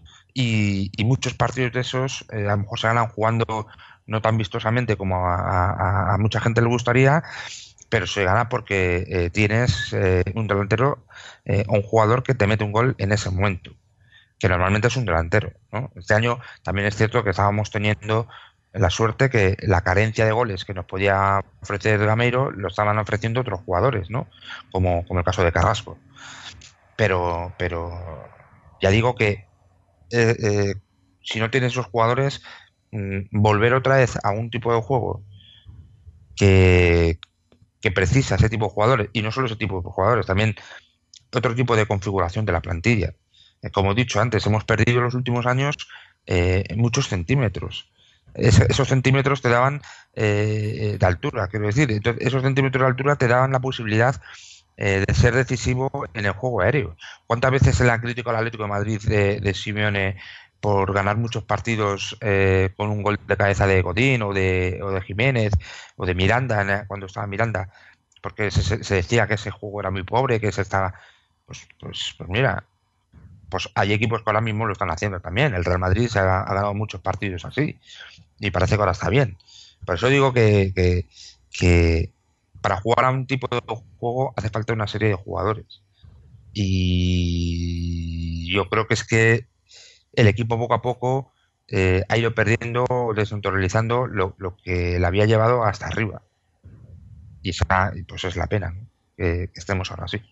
Y muchos partidos de esos a lo mejor se ganan jugando no tan vistosamente como a mucha gente le gustaría, pero se gana porque tienes un delantero o un jugador que te mete un gol en ese momento, que normalmente es un delantero, ¿no? Este año también es cierto que estábamos teniendo la suerte que la carencia de goles que nos podía ofrecer Gameiro lo estaban ofreciendo otros jugadores, ¿no? Como el caso de Carrasco. Pero ya digo que si no tienes esos jugadores, volver otra vez a un tipo de juego que precisa ese tipo de jugadores, y no solo ese tipo de jugadores, también otro tipo de configuración de la plantilla. Como he dicho antes, hemos perdido en los últimos años muchos centímetros. Esos centímetros te daban de altura, quiero decir. Entonces, esos centímetros de altura te daban la posibilidad de ser decisivo en el juego aéreo. ¿Cuántas veces se le ha criticado al Atlético de Madrid de Simeone por ganar muchos partidos con un gol de cabeza de Godín o de Jiménez o de Miranda cuando estaba Miranda? Porque se decía que ese juego era muy pobre, que se estaba... Pues mira, pues hay equipos que ahora mismo lo están haciendo también. El Real Madrid se ha ganado muchos partidos así y parece que ahora está bien. Por eso digo que para jugar a un tipo de juego hace falta una serie de jugadores. Y yo creo que es que el equipo poco a poco ha ido perdiendo, desnaturalizando lo que le había llevado hasta arriba. Y pues es la pena, ¿no? Que estemos ahora así.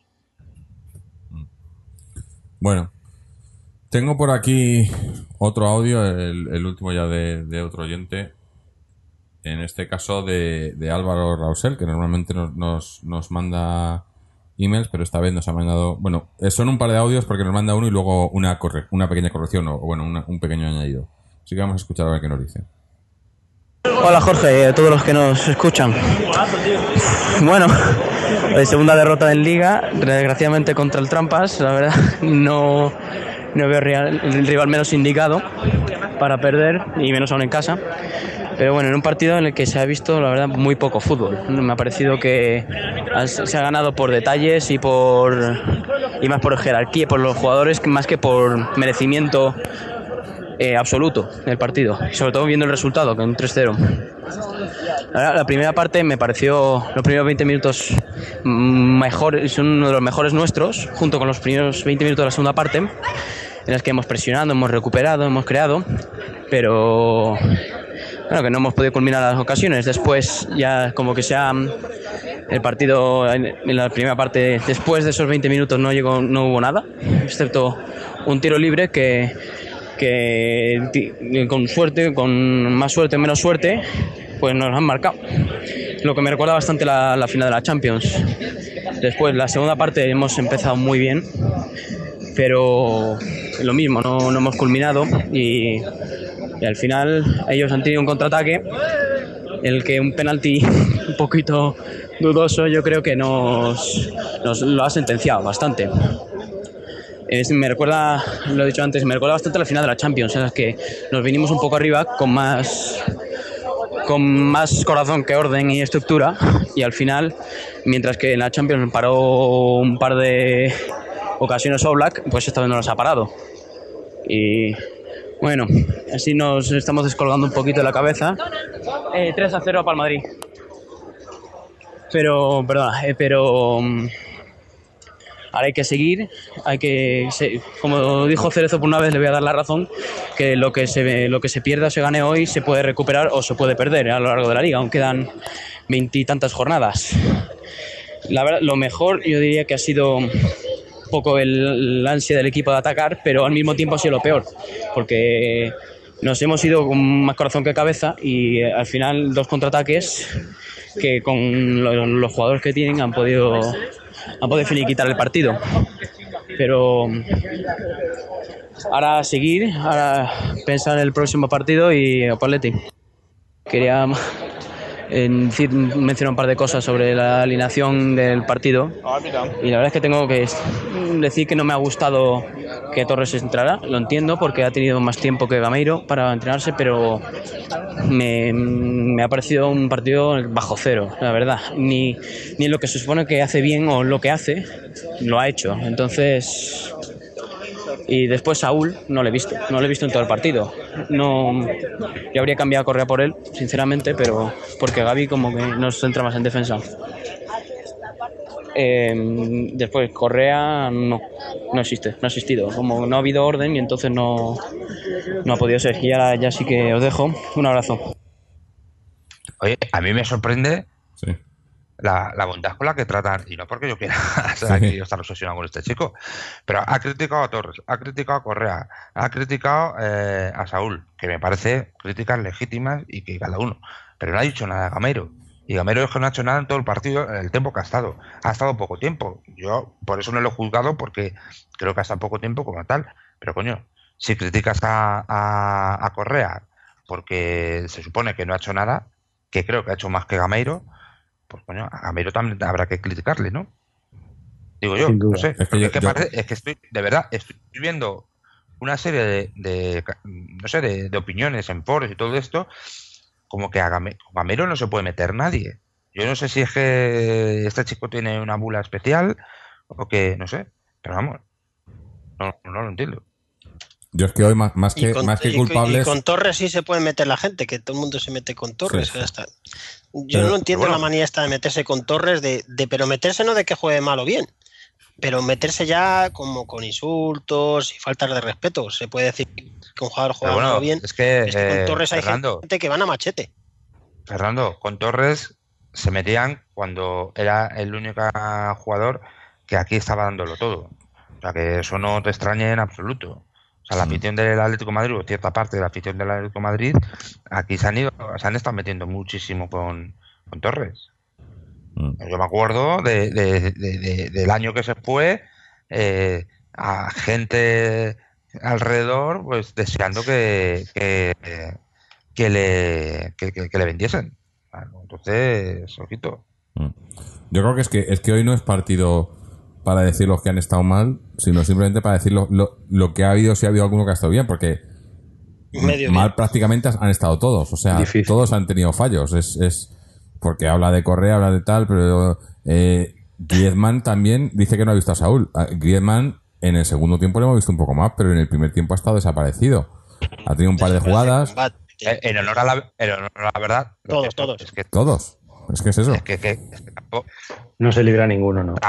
Bueno, tengo por aquí otro audio, el último ya de otro oyente, en este caso de Álvaro Rausel, que normalmente nos manda emails, pero esta vez nos ha mandado... Bueno, son un par de audios porque nos manda uno y luego una pequeña corrección, o bueno, un pequeño añadido. Así que vamos a escuchar a ver qué nos dice. Hola Jorge y a todos los que nos escuchan. Bueno, segunda derrota en Liga, desgraciadamente contra el Trampas. La verdad no veo el rival menos indicado para perder, y menos aún en casa. Pero bueno, en un partido en el que se ha visto, la verdad, muy poco fútbol. Me ha parecido que se ha ganado por detalles y más por jerarquía, por los jugadores, más que por merecimiento absoluto del partido, sobre todo viendo el resultado, que es un 3-0. La primera parte me pareció, los primeros 20 minutos mejor, son uno de los mejores nuestros, junto con los primeros 20 minutos de la segunda parte, en las que hemos presionado, hemos recuperado, hemos creado, pero bueno, que no hemos podido culminar las ocasiones. Después ya como que sea el partido en la primera parte, después de esos 20 minutos no hubo nada, excepto un tiro libre que con suerte, con más suerte o menos suerte, pues nos han marcado. Lo que me recuerda bastante la final de la Champions. Después, la segunda parte hemos empezado muy bien, pero lo mismo, no hemos culminado y al final ellos han tenido un contraataque, el que un penalti un poquito dudoso yo creo que nos lo ha sentenciado bastante. Me recuerda, lo he dicho antes, me recuerda bastante a la final de la Champions, en las que nos vinimos un poco arriba con más corazón que orden y estructura, y al final, mientras que en la Champions paró un par de ocasiones Oblak, pues esta vez no las ha parado. Y bueno, así nos estamos descolgando un poquito de la cabeza. 3-0 para el Madrid. Pero ahora hay que seguir, como dijo Cerezo por una vez, le voy a dar la razón, que lo que se pierda o se gane hoy se puede recuperar o se puede perder a lo largo de la liga, aún quedan 20 y tantas jornadas. La verdad, lo mejor yo diría que ha sido un poco el ansia del equipo de atacar, pero al mismo tiempo ha sido lo peor, porque nos hemos ido con más corazón que cabeza y al final 2 contraataques que con los jugadores que tienen han podido finiquitar el partido. Pero ahora seguir, ahora pensar en el próximo partido y Opaletti. Quería mencionar un par de cosas sobre la alineación del partido y la verdad es que tengo que decir que no me ha gustado que Torres entrara. Lo entiendo porque ha tenido más tiempo que Gameiro para entrenarse, pero me ha parecido un partido bajo cero, la verdad. Ni lo que se supone que hace bien o lo que hace lo ha hecho. Entonces, y después Saúl no lo he visto en todo el partido. Yo habría cambiado a Correa por él, sinceramente, pero porque Gavi como que nos centra más en defensa. Después Correa no ha existido, como no ha habido orden y entonces no ha podido ser. Y ahora ya sí que os dejo. Un abrazo. Oye, a mí me sorprende Sí. la bondad con la que tratan, y no porque yo quiera estar obsesionado con este chico, pero ha criticado a Torres, ha criticado a Correa, ha criticado a Saúl, que me parece críticas legítimas y que cada uno, pero no ha dicho nada a Gameiro. Y Gameiro es que no ha hecho nada en todo el partido, el tiempo que ha estado. Ha estado poco tiempo. Yo por eso no lo he juzgado, porque creo que ha estado poco tiempo como tal. Pero coño, si criticas a Correa porque se supone que no ha hecho nada, que creo que ha hecho más que Gameiro, pues coño, a Gameiro también habrá que criticarle, ¿no? Digo yo, no sé. Es que estoy viendo una serie de opiniones en foros y todo esto, como que a Gameiro no se puede meter nadie. Yo no sé si es que este chico tiene una bula especial o que, no sé, pero vamos, no lo entiendo. Yo es que hoy más que culpables... Y con Torres sí se puede meter la gente, que todo el mundo se mete con Torres. Sí. Yo no entiendo la manía esta de meterse con Torres, pero meterse no de que juegue mal o bien, pero meterse ya como con insultos y faltas de respeto. Se puede decir que un jugador juega mal o bien. Es que con Torres hay gente que van a machete. Fernando, con Torres se metían cuando era el único jugador que aquí estaba dándolo todo. O sea, que eso no te extrañe en absoluto. O sea, la afición del Atlético de Madrid, o cierta parte de la afición del Atlético de Madrid, aquí se han estado metiendo muchísimo con Torres. Yo me acuerdo del año que se fue, a gente alrededor, pues deseando que le vendiesen. Entonces, ojito. Yo creo que es que hoy no es partido para decir los que han estado mal, sino simplemente para decir lo que ha habido, si ha habido alguno que ha estado bien, porque mal prácticamente han estado todos. O sea, difícil. Todos han tenido fallos. Es porque habla de Correa, habla de tal, pero Griezmann también dice que no ha visto a Saúl. Griezmann en el segundo tiempo le hemos visto un poco más, pero en el primer tiempo ha estado desaparecido. Ha tenido un par de jugadas. En honor a la verdad. Todos. Es que Todos. Es que es eso. Es que tampoco, No se libra ninguno, ¿no?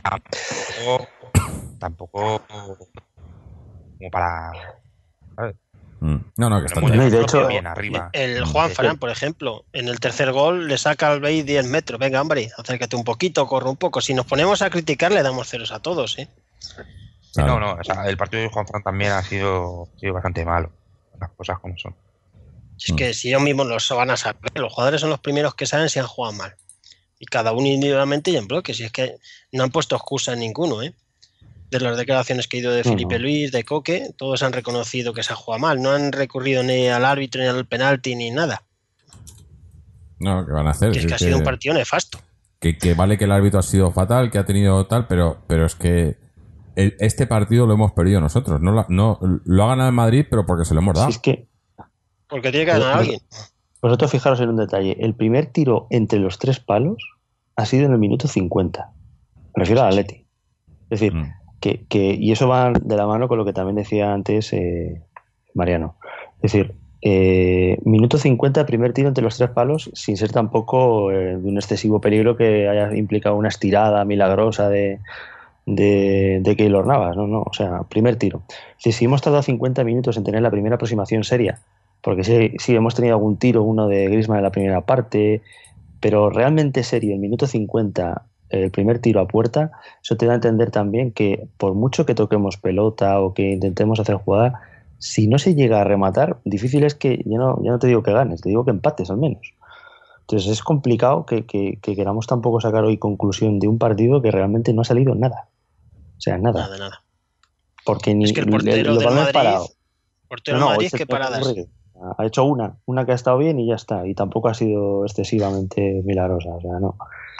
tampoco como para, ¿sabes? No, que está Muy bien. No, y de hecho, bien arriba. El Juan Fran, por ejemplo, en el tercer gol le saca al Bale 10 metros. Venga, hombre, acércate un poquito, corre un poco. Si nos ponemos a criticar, le damos ceros a todos, ¿eh? Claro. No, o sea, el partido de Juan Fran también ha sido bastante malo. Las cosas como son. Es que si ellos mismos los van a saber, los jugadores son los primeros que saben si han jugado mal. Y cada uno individualmente y en bloque. Si es que no han puesto excusa en ninguno, ¿eh? De las declaraciones que he ido de Felipe Luis, de Coque, todos han reconocido que se ha jugado mal. No han recurrido ni al árbitro, ni al penalti, ni nada. No, ¿qué van a hacer? Que es que ha sido un partido nefasto. Que vale que el árbitro ha sido fatal, que ha tenido tal, pero es que este partido lo hemos perdido nosotros. No lo ha ganado el Madrid, pero porque se lo hemos dado. Si es que Porque tiene que ganar alguien. vosotros fijaros en un detalle. El primer tiro entre los 3 palos ha sido en el minuto 50. Me refiero al Atleti. Es decir, y eso va de la mano con lo que también decía antes Mariano. Es decir, minuto 50, primer tiro entre los 3 palos, sin ser tampoco de un excesivo peligro que haya implicado una estirada milagrosa de Keylor Navas. No, o sea, primer tiro. Si hemos tardado 50 minutos en tener la primera aproximación seria, porque sí hemos tenido algún tiro, uno de Griezmann en la primera parte, pero realmente serio, el minuto 50, el primer tiro a puerta, eso te da a entender también que por mucho que toquemos pelota o que intentemos hacer jugada, si no se llega a rematar, difícil es que, ya no te digo que ganes, te digo que empates al menos. Entonces es complicado que queramos tampoco sacar hoy conclusión de un partido que realmente no ha salido nada. O sea, nada. Nada. Porque ni es que el portero del Madrid, es que paradas. Ha hecho una que ha estado bien y ya está. Y tampoco ha sido excesivamente milagrosa. O sea, no.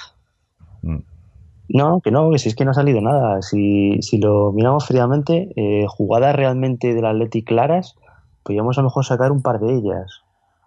No, que si es que no ha salido nada. Si lo miramos fríamente, jugadas realmente del Atleti claras, podríamos a lo mejor sacar un par de ellas.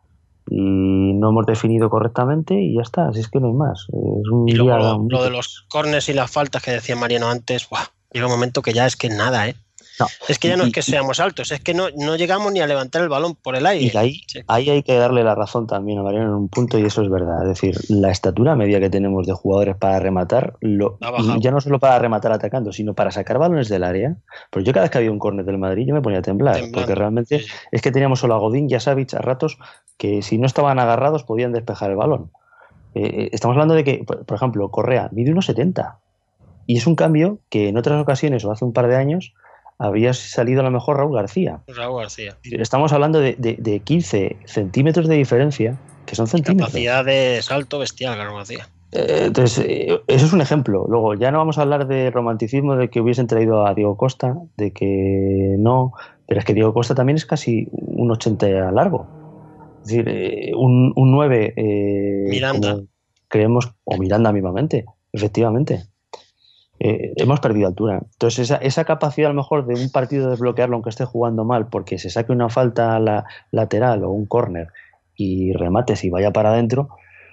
Y no hemos definido correctamente y ya está. Si es que no hay más. Es un y día, luego lo de los córners y las faltas que decía Mariano antes, llega un momento que ya es que nada, ¿eh? No. Es que ya no es que seamos altos, es que no llegamos ni a levantar el balón por el aire. Y ahí hay que darle la razón también a Mariano en un punto, y eso es verdad. Es decir, la estatura media que tenemos de jugadores para rematar, ya no solo para rematar atacando, sino para sacar balones del área. Pues yo cada vez que había un córner del Madrid yo me ponía a temblar, porque realmente es que teníamos solo a Godín y a Savic a ratos que si no estaban agarrados podían despejar el balón. Estamos hablando de que, por ejemplo, Correa mide 1,70 y es un cambio que en otras ocasiones o hace un par de años había salido a lo mejor Raúl García. Estamos hablando de 15 centímetros de diferencia, que son centímetros. Capacidad de salto bestial, Raúl García. Entonces, eso es un ejemplo. Luego, ya no vamos a hablar de romanticismo, de que hubiesen traído a Diego Costa, de que no, pero es que Diego Costa también es casi un 80 largo. Es decir, un 9... Miranda. Creemos, o Miranda mismamente, efectivamente. Hemos perdido altura. Entonces esa capacidad a lo mejor de un partido de desbloquearlo aunque esté jugando mal porque se saque una falta lateral o un córner y remates y vaya para adentro,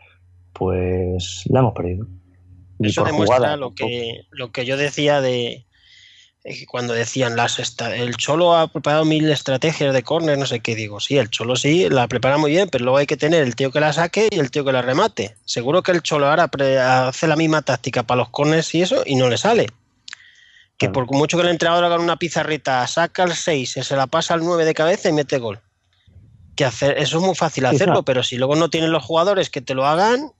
pues la hemos perdido. Eso demuestra lo que yo decía de cuando decían el Cholo ha preparado 1000 estrategias de córner, no sé qué, digo, sí, el Cholo sí, la prepara muy bien, pero luego hay que tener el tío que la saque y el tío que la remate. Seguro que el Cholo ahora hace la misma táctica para los córners y eso, y no le sale. Que por mucho que el entrenador haga una pizarrita, saca el 6, se la pasa al 9 de cabeza y mete gol. Eso es muy fácil hacerlo, pero si luego no tienen los jugadores que te lo hagan...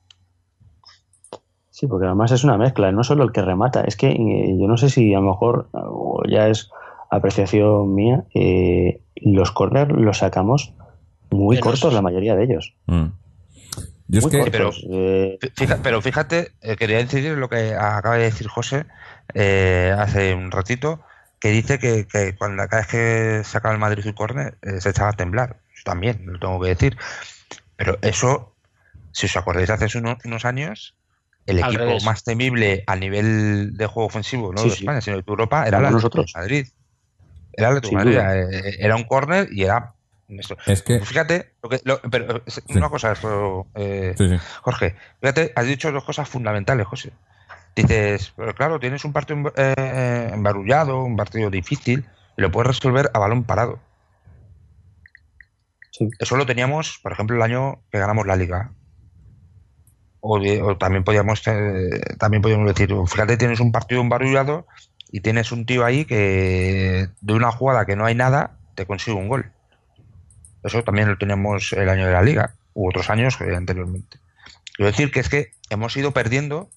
Sí, porque además es una mezcla, no solo el que remata, es que yo no sé si a lo mejor ya es apreciación mía, los córner los sacamos muy cortos, la mayoría de ellos. Yo es muy que, cortos, pero fíjate, quería incidir en lo que acaba de decir José hace un ratito, que dice que cuando cada vez que sacaba el Madrid su córner se echaba a temblar. Yo también, lo tengo que decir. Pero eso, si os acordáis, hace unos años... El equipo más temible a nivel de juego ofensivo, no de España, sino de Europa, era el Atlético de Madrid. Era el Atlético de Madrid. Era un córner y era... Es que... Fíjate, pero una cosa, Jorge, fíjate, has dicho 2 cosas fundamentales, José. Dices, pero claro, tienes un partido embarullado, un partido difícil, y lo puedes resolver a balón parado. Sí. Eso lo teníamos, por ejemplo, el año que ganamos la Liga. O también podíamos decir, fíjate, tienes un partido embarullado y tienes un tío ahí que de una jugada que no hay nada te consigue un gol. Eso también lo teníamos el año de la Liga u otros años anteriormente. Quiero decir que es que hemos ido perdiendo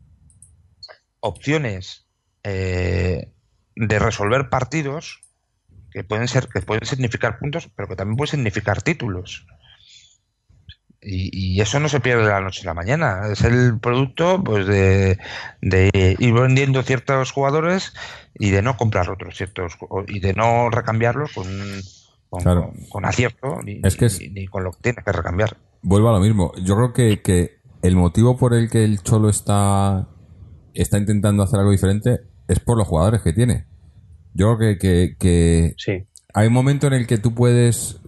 opciones de resolver partidos que pueden significar puntos, pero que también pueden significar títulos. Y eso no se pierde de la noche a la mañana. Es el producto, pues, de ir vendiendo ciertos jugadores y de no comprar otros y de no recambiarlos Claro. con acierto ni con lo que tienes que recambiar. Vuelvo a lo mismo. Yo creo que el motivo por el que el Cholo está intentando hacer algo diferente es por los jugadores que tiene. Yo creo que Sí. hay un momento en el que tú puedes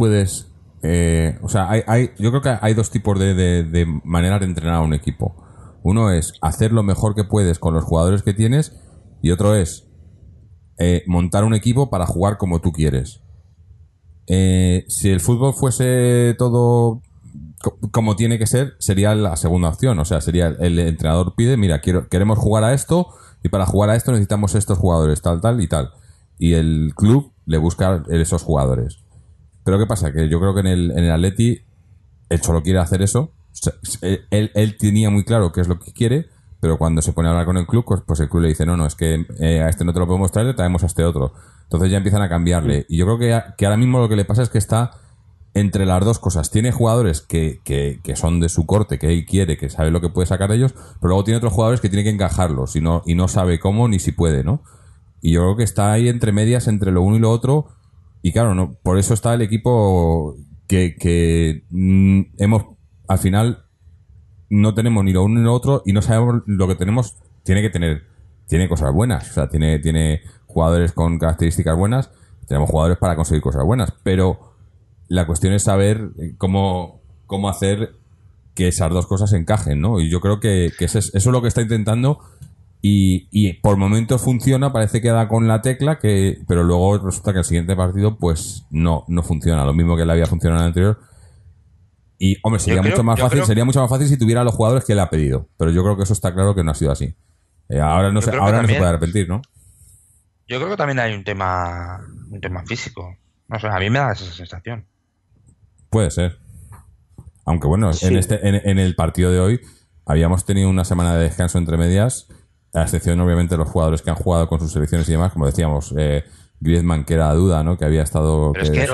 o sea, yo creo que hay dos tipos de maneras de entrenar a un equipo. Uno es hacer lo mejor que puedes con los jugadores que tienes y otro es montar un equipo para jugar como tú quieres. Si el fútbol fuese todo como tiene que ser, sería la segunda opción. O sea, sería el entrenador pide, mira, queremos jugar a esto y para jugar a esto necesitamos estos jugadores, tal y tal. Y el club le busca esos jugadores. Pero ¿qué pasa? Que yo creo que en el Atleti el Cholo quiere hacer eso. Él tenía muy claro qué es lo que quiere, pero cuando se pone a hablar con el club, pues el club le dice, no, es que a este no te lo podemos traer, le traemos a este otro. Entonces ya empiezan a cambiarle. Y yo creo que ahora mismo lo que le pasa es que está entre las dos cosas. Tiene jugadores que son de su corte, que él quiere, que sabe lo que puede sacar de ellos, pero luego tiene otros jugadores que tiene que encajarlos y no sabe cómo ni si puede, ¿no? Y yo creo que está ahí entre medias, entre lo uno y lo otro. Y claro, no, por eso está el equipo que hemos, al final, no tenemos ni lo uno ni lo otro y no sabemos lo que tenemos. Tiene cosas buenas, o sea, tiene jugadores con características buenas, tenemos jugadores para conseguir cosas buenas, pero la cuestión es saber cómo hacer que esas dos cosas encajen, ¿no? Y yo creo que eso es lo que está intentando. Y por momentos funciona, parece que da con la tecla, pero luego resulta que el siguiente partido pues no funciona, lo mismo que le había funcionado en el anterior. Y hombre, sería mucho más fácil si tuviera los jugadores que le ha pedido, pero yo creo que eso está claro que no ha sido así. Ahora no se puede arrepentir, ¿no? Yo creo que también hay un tema físico. No sé, a mí me da esa sensación. Puede ser. Aunque bueno, Sí. en el partido de hoy habíamos tenido una semana de descanso entre medias, a excepción obviamente de los jugadores que han jugado con sus selecciones y demás, como decíamos, Griezmann, que era duda, ¿no? Que había estado... Pero es que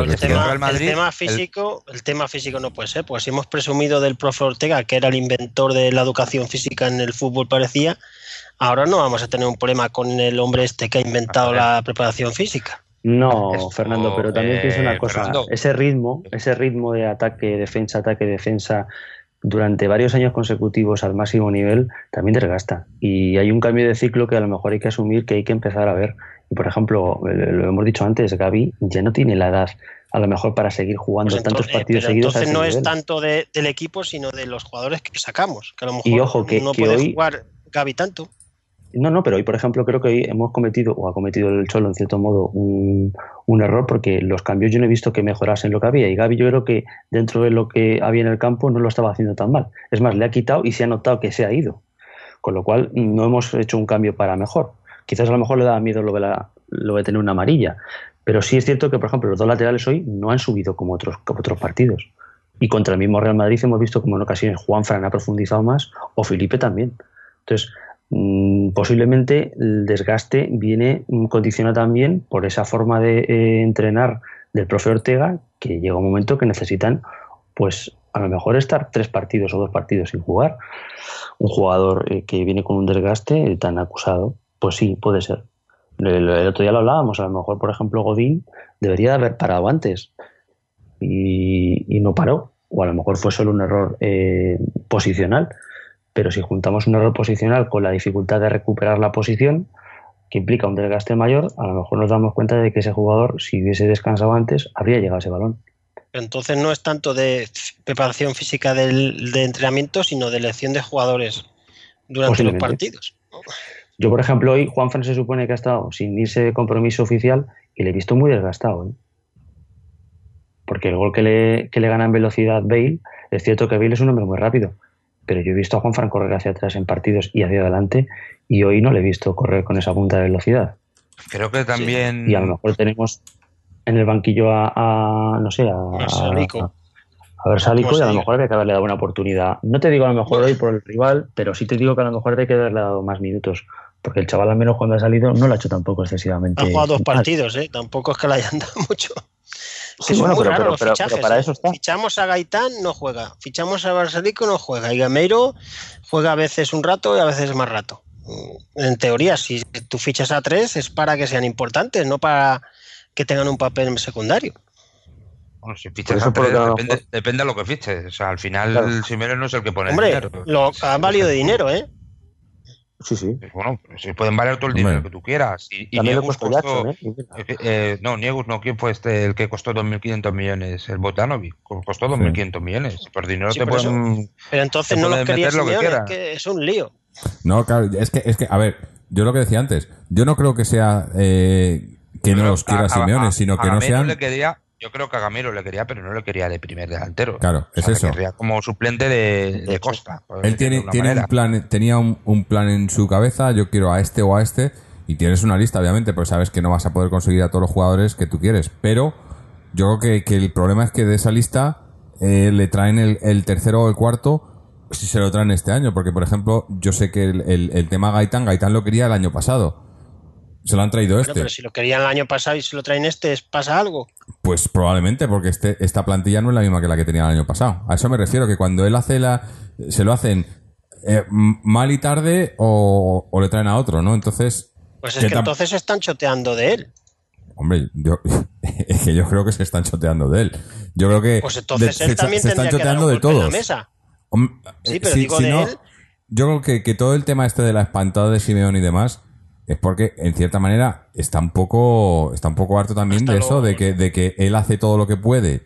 el tema físico no puede ser, pues si hemos presumido del profe Ortega, que era el inventor de la educación física en el fútbol, parecía, ahora no vamos a tener un problema con el hombre este que ha inventado la preparación física. No, Fernando, pero también pienso una cosa. Fernando. Ese ritmo de ataque, defensa, durante varios años consecutivos al máximo nivel, también desgasta. Y hay un cambio de ciclo que a lo mejor hay que asumir, que hay que empezar a ver. Y por ejemplo, lo hemos dicho antes, Gavi ya no tiene la edad a lo mejor para seguir jugando Pues tantos partidos seguidos. Entonces no nivel. es tanto del equipo, sino de los jugadores que sacamos, que a lo mejor Y ojo, que puede hoy jugar Gavi tanto. No, pero hoy, por ejemplo, creo que hoy ha cometido el Cholo, en cierto modo, un error, porque los cambios yo no he visto que mejorasen lo que había. Y Gavi, yo creo que dentro de lo que había en el campo no lo estaba haciendo tan mal. Es más, le ha quitado y se ha notado que se ha ido. Con lo cual, no hemos hecho un cambio para mejor. Quizás a lo mejor le daba miedo lo de tener una amarilla. Pero sí es cierto que, por ejemplo, los dos laterales hoy no han subido como otros partidos. Y contra el mismo Real Madrid hemos visto como en ocasiones Juanfran ha profundizado más, o Felipe también. Entonces, posiblemente el desgaste viene condicionado también por esa forma de entrenar del profe Ortega, que llega un momento que necesitan, pues a lo mejor estar 3 partidos o 2 partidos sin jugar. Un jugador que viene con un desgaste tan acusado, pues sí, puede ser. El otro día lo hablábamos, a lo mejor, por ejemplo, Godín debería haber parado antes y no paró, o a lo mejor fue solo un error posicional. Pero si juntamos un error posicional con la dificultad de recuperar la posición, que implica un desgaste mayor, a lo mejor nos damos cuenta de que ese jugador, si hubiese descansado antes, habría llegado a ese balón. Entonces no es tanto de preparación física de entrenamiento, sino de elección de jugadores durante los partidos. Yo, por ejemplo, hoy Juanfran se supone que ha estado sin irse de compromiso oficial y le he visto muy desgastado, ¿eh? porque el gol que le gana en velocidad Bale, es cierto que Bale es un hombre muy rápido, pero yo he visto a Juanfran correr hacia atrás en partidos y hacia adelante, y hoy no le he visto correr con esa punta de velocidad. Creo que también... Y a lo mejor tenemos en el banquillo a Versalico, y a lo mejor habría que haberle dado una oportunidad. No te digo a lo mejor hoy por el rival, pero sí te digo que a lo mejor hay que haberle dado más minutos, porque el chaval al menos cuando ha salido no lo ha hecho tampoco excesivamente. Ha jugado 2 partidos, tampoco es que le hayan dado mucho. Sí, bueno, pero para eso está. Fichamos a Gaitán, no juega. Fichamos a Versalico, no juega. Y Gameiro juega a veces un rato y a veces más rato. En teoría, si tú fichas a 3 es para que sean importantes, no para que tengan un papel secundario. Bueno, si fichas a 3, depende de lo que fiches. O sea, al final el Simeone no es el que pone el dinero. Lo han valido de dinero, ¿eh? Sí. Pues bueno, si pueden valer todo el dinero que tú quieras. Y Niegus costó... Niegus no. ¿Quién fue el que costó 2.500 millones? El Botanovic. Costó 2.500 millones. Por dinero te pueden... Pero entonces no los quería Simeone, es que es un lío. No, claro, es que, a ver, yo lo que decía antes, yo no creo que sea que no los quiera Simeone, sino que no sean... Yo creo que a Gameiro le quería, pero no le quería de primer delantero. Claro, es eso. Le quería como suplente de Costa. Él tenía un plan en su cabeza, yo quiero a este o a este, y tienes una lista, obviamente, porque sabes que no vas a poder conseguir a todos los jugadores que tú quieres. Pero yo creo que el problema es que de esa lista le traen el tercero o el cuarto, si se lo traen este año. Porque, por ejemplo, yo sé que el tema Gaitán lo quería el año pasado. Se lo han traído Pero si lo querían el año pasado y se lo traen ¿pasa algo? Pues probablemente, porque esta plantilla no es la misma que la que tenía el año pasado. A eso me refiero, que cuando él hace se lo hacen mal y tarde o le traen a otro, ¿no? Entonces... Pues es que entonces se están choteando de él. Hombre, es que yo creo que se están choteando de él. Yo creo que... Pues entonces él también tendría que dar un golpe en la mesa. Sí, pero digo de él... Yo creo que todo el tema de la espantada de Simeone y demás... Es porque, en cierta manera, está un poco harto también de eso, de que él hace todo lo que puede,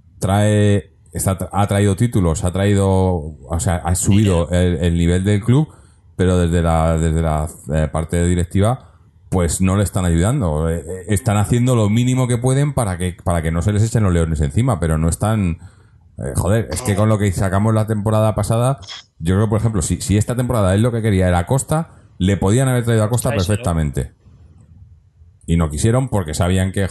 ha traído títulos, ha subido el nivel del club, pero desde la parte directiva, pues no le están ayudando. Están haciendo lo mínimo que pueden para que no se les echen los leones encima, pero no están... es que con lo que sacamos la temporada pasada, yo creo, por ejemplo, si esta temporada él lo que quería era Costa... Le podían haber traído a Costa perfectamente. Y no quisieron porque sabían que,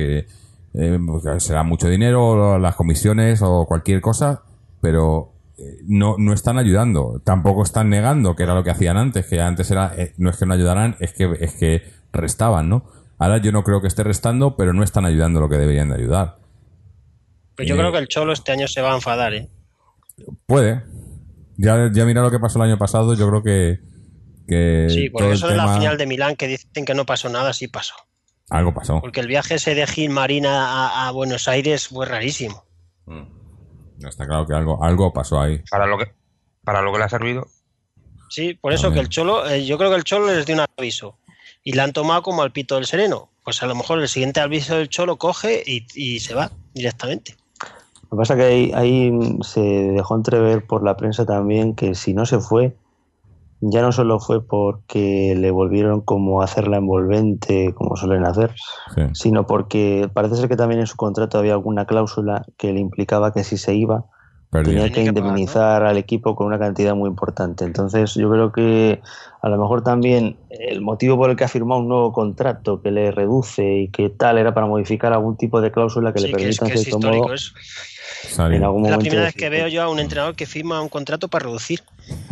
será mucho dinero, las comisiones o cualquier cosa, pero no están ayudando. Tampoco están negando, que era lo que hacían antes, que antes era, no es que no ayudaran, es que restaban, ¿no? Ahora yo no creo que esté restando, pero no están ayudando lo que deberían de ayudar. Pues yo creo que el Cholo este año se va a enfadar, ¿eh? Puede. Ya mira lo que pasó el año pasado, yo creo que sí, porque eso de la final de Milán, que dicen que no pasó nada, sí pasó. Algo pasó. Porque el viaje ese de Gil Marina a Buenos Aires fue rarísimo. Está claro que algo pasó ahí. Para lo que le ha servido. Sí, por eso que el Cholo, yo creo que el Cholo les dio un aviso. Y la han tomado como al pito del sereno. Pues a lo mejor el siguiente aviso del Cholo coge y se va directamente. Lo que pasa es que ahí se dejó entrever por la prensa también que si no se fue, ya no solo fue porque le volvieron como a hacer la envolvente, como suelen hacer, sino porque parece ser que también en su contrato había alguna cláusula que le implicaba que si se iba, tenía que indemnizar al equipo con una cantidad muy importante. Entonces yo creo que a lo mejor también el motivo por el que ha firmado un nuevo contrato que le reduce y que tal era para modificar algún tipo de cláusula que le permita en cierto modo... En algún momento, la primera vez que veo yo a un entrenador que firma un contrato para reducir.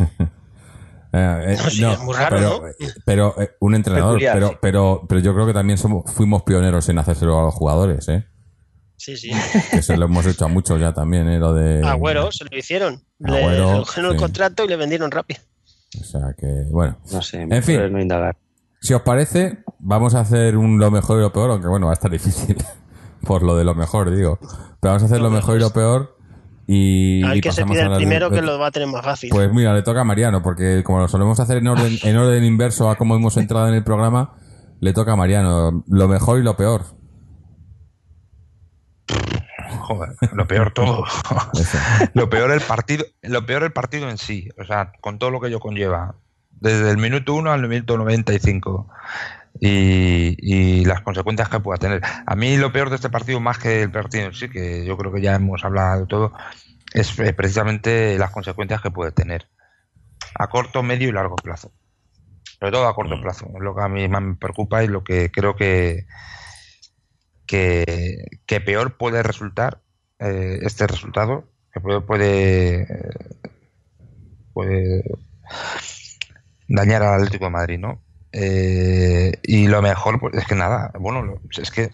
Es muy raro, pero un entrenador, pero yo creo que también fuimos pioneros en hacérselo a los jugadores, ¿eh? Sí. Que se lo hemos hecho a muchos ya también, lo de... Agüero, se lo hicieron. Le redujeron el contrato y le vendieron rápido. O sea que, bueno. No sé, en fin, no indagar. Si os parece, vamos a hacer lo mejor y lo peor, aunque bueno, va a estar difícil por lo de lo mejor, digo. Pero vamos a hacer lo mejor y lo peor. Al que se pide el primero que lo va a tener más fácil. Pues mira, le toca a Mariano, porque como lo solemos hacer en orden inverso a cómo hemos entrado en el programa, le toca a Mariano. Lo mejor y lo peor. Joder, lo peor todo. Lo peor el partido en sí, o sea, con todo lo que ello conlleva. Desde el minuto 1 al minuto 95. y las consecuencias que pueda tener. A mí lo peor de este partido, más que el partido en sí, que yo creo que ya hemos hablado de todo, es precisamente las consecuencias que puede tener a corto, medio y largo plazo. Sobre todo a corto plazo, es lo que a mí más me preocupa y lo que creo que peor puede resultar este resultado, que puede dañar al Atlético de Madrid, ¿no? Y lo mejor, pues es que nada, bueno, es que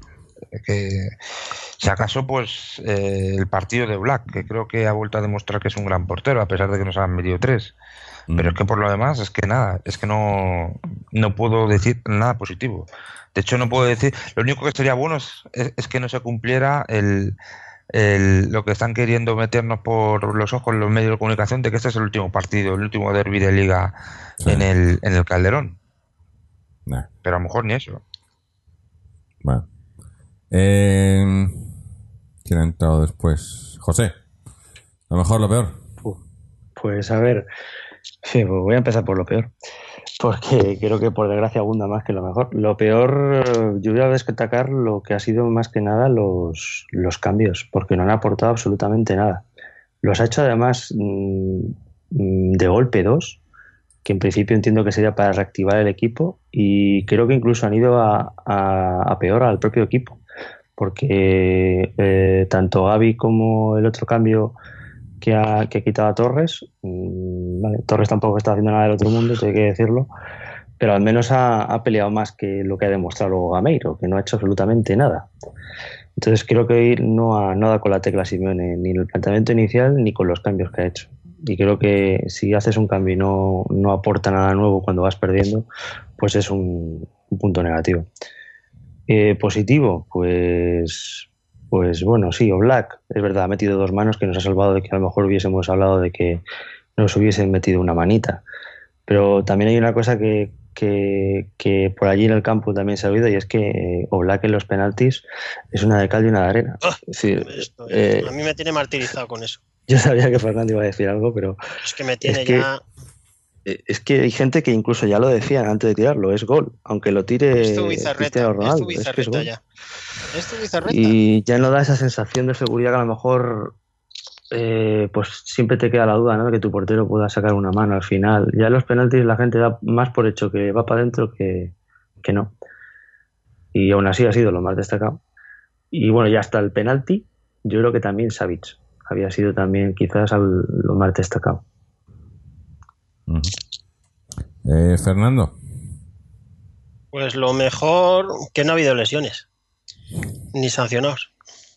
si acaso, pues el partido de Black, que creo que ha vuelto a demostrar que es un gran portero, a pesar de que nos han metido 3. Pero es que por lo demás, es que nada, es que no puedo decir nada positivo. De hecho, no puedo decir, lo único que sería bueno es que no se cumpliera lo que están queriendo meternos por los ojos los medios de comunicación, de que este es el último partido, el último derbi de Liga en el Calderón. Pero a lo mejor ni eso. Bueno. ¿Quién ha entrado después? José. ¿Lo mejor, lo peor? Pues a ver, sí, pues voy a empezar por lo peor, porque creo que por desgracia abunda más que lo mejor. Lo peor, yo voy a destacar lo que ha sido más que nada los cambios, porque no han aportado absolutamente nada. Los ha hecho además de golpe 2, que en principio entiendo que sería para reactivar el equipo, y creo que incluso han ido a peor al propio equipo, porque tanto Gavi como el otro cambio que ha quitado a Torres, vale, Torres tampoco está haciendo nada del otro mundo, hay que decirlo, pero al menos ha peleado más que lo que ha demostrado luego Gameiro, que no ha hecho absolutamente nada. Entonces creo que hoy no ha dado con la tecla Simeone, ni en el planteamiento inicial ni con los cambios que ha hecho. Y creo que si haces un cambio y no aporta nada nuevo cuando vas perdiendo, pues es un punto negativo. Positivo, pues bueno, sí, Oblak, es verdad, ha metido 2 manos, que nos ha salvado de que a lo mejor hubiésemos hablado de que nos hubiesen metido una manita. Pero también hay una cosa que por allí en el campo también se ha oído, y es que Oblak en los penaltis es una de cal y una de arena. Es decir, a mí me tiene martirizado con eso. Yo sabía que Fernando iba a decir algo, pero es que me tiene ya... Es que hay gente que incluso ya lo decían antes de tirarlo, es gol, aunque lo tire Cristiano Ronaldo. Es que es gol. Y ya no da esa sensación de seguridad que a lo mejor pues siempre te queda la duda, ¿no?, de que tu portero pueda sacar una mano al final. Ya en los penaltis la gente da más por hecho que va para adentro que no. Y aún así ha sido lo más destacado. Y bueno, ya hasta el penalti, yo creo que también Savic había sido también quizás lo más destacado. Fernando. Pues lo mejor, que no ha habido lesiones ni sancionados.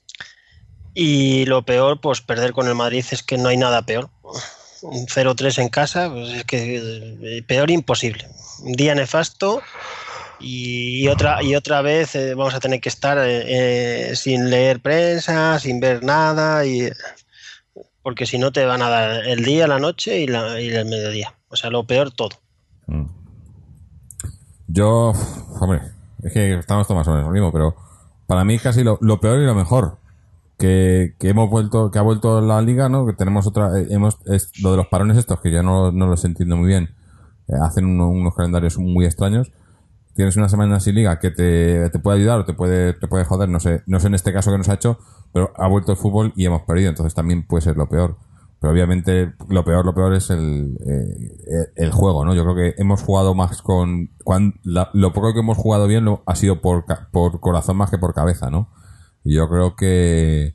Y lo peor, pues perder con el Madrid, es que no hay nada peor. Un 0-3 en casa, pues es que peor imposible. Un día nefasto y otra vez vamos a tener que estar sin leer prensa, sin ver nada, porque si no te van a dar el día, la noche y el mediodía. O sea, lo peor todo. Yo, hombre, es que estamos todos más o menos lo mismo, pero para mí casi lo peor y lo mejor que ha vuelto la liga, ¿no? Que tenemos lo de los parones estos, que ya no los entiendo muy bien. Hacen unos calendarios muy extraños. Tienes una semana sin liga que te puede ayudar o te puede joder, no sé en este caso que nos ha hecho, pero ha vuelto el fútbol y hemos perdido, entonces también puede ser lo peor. Pero obviamente lo peor es el juego, ¿no? Yo creo que hemos jugado más lo poco que hemos jugado bien ha sido por corazón más que por cabeza, ¿no? Y yo creo que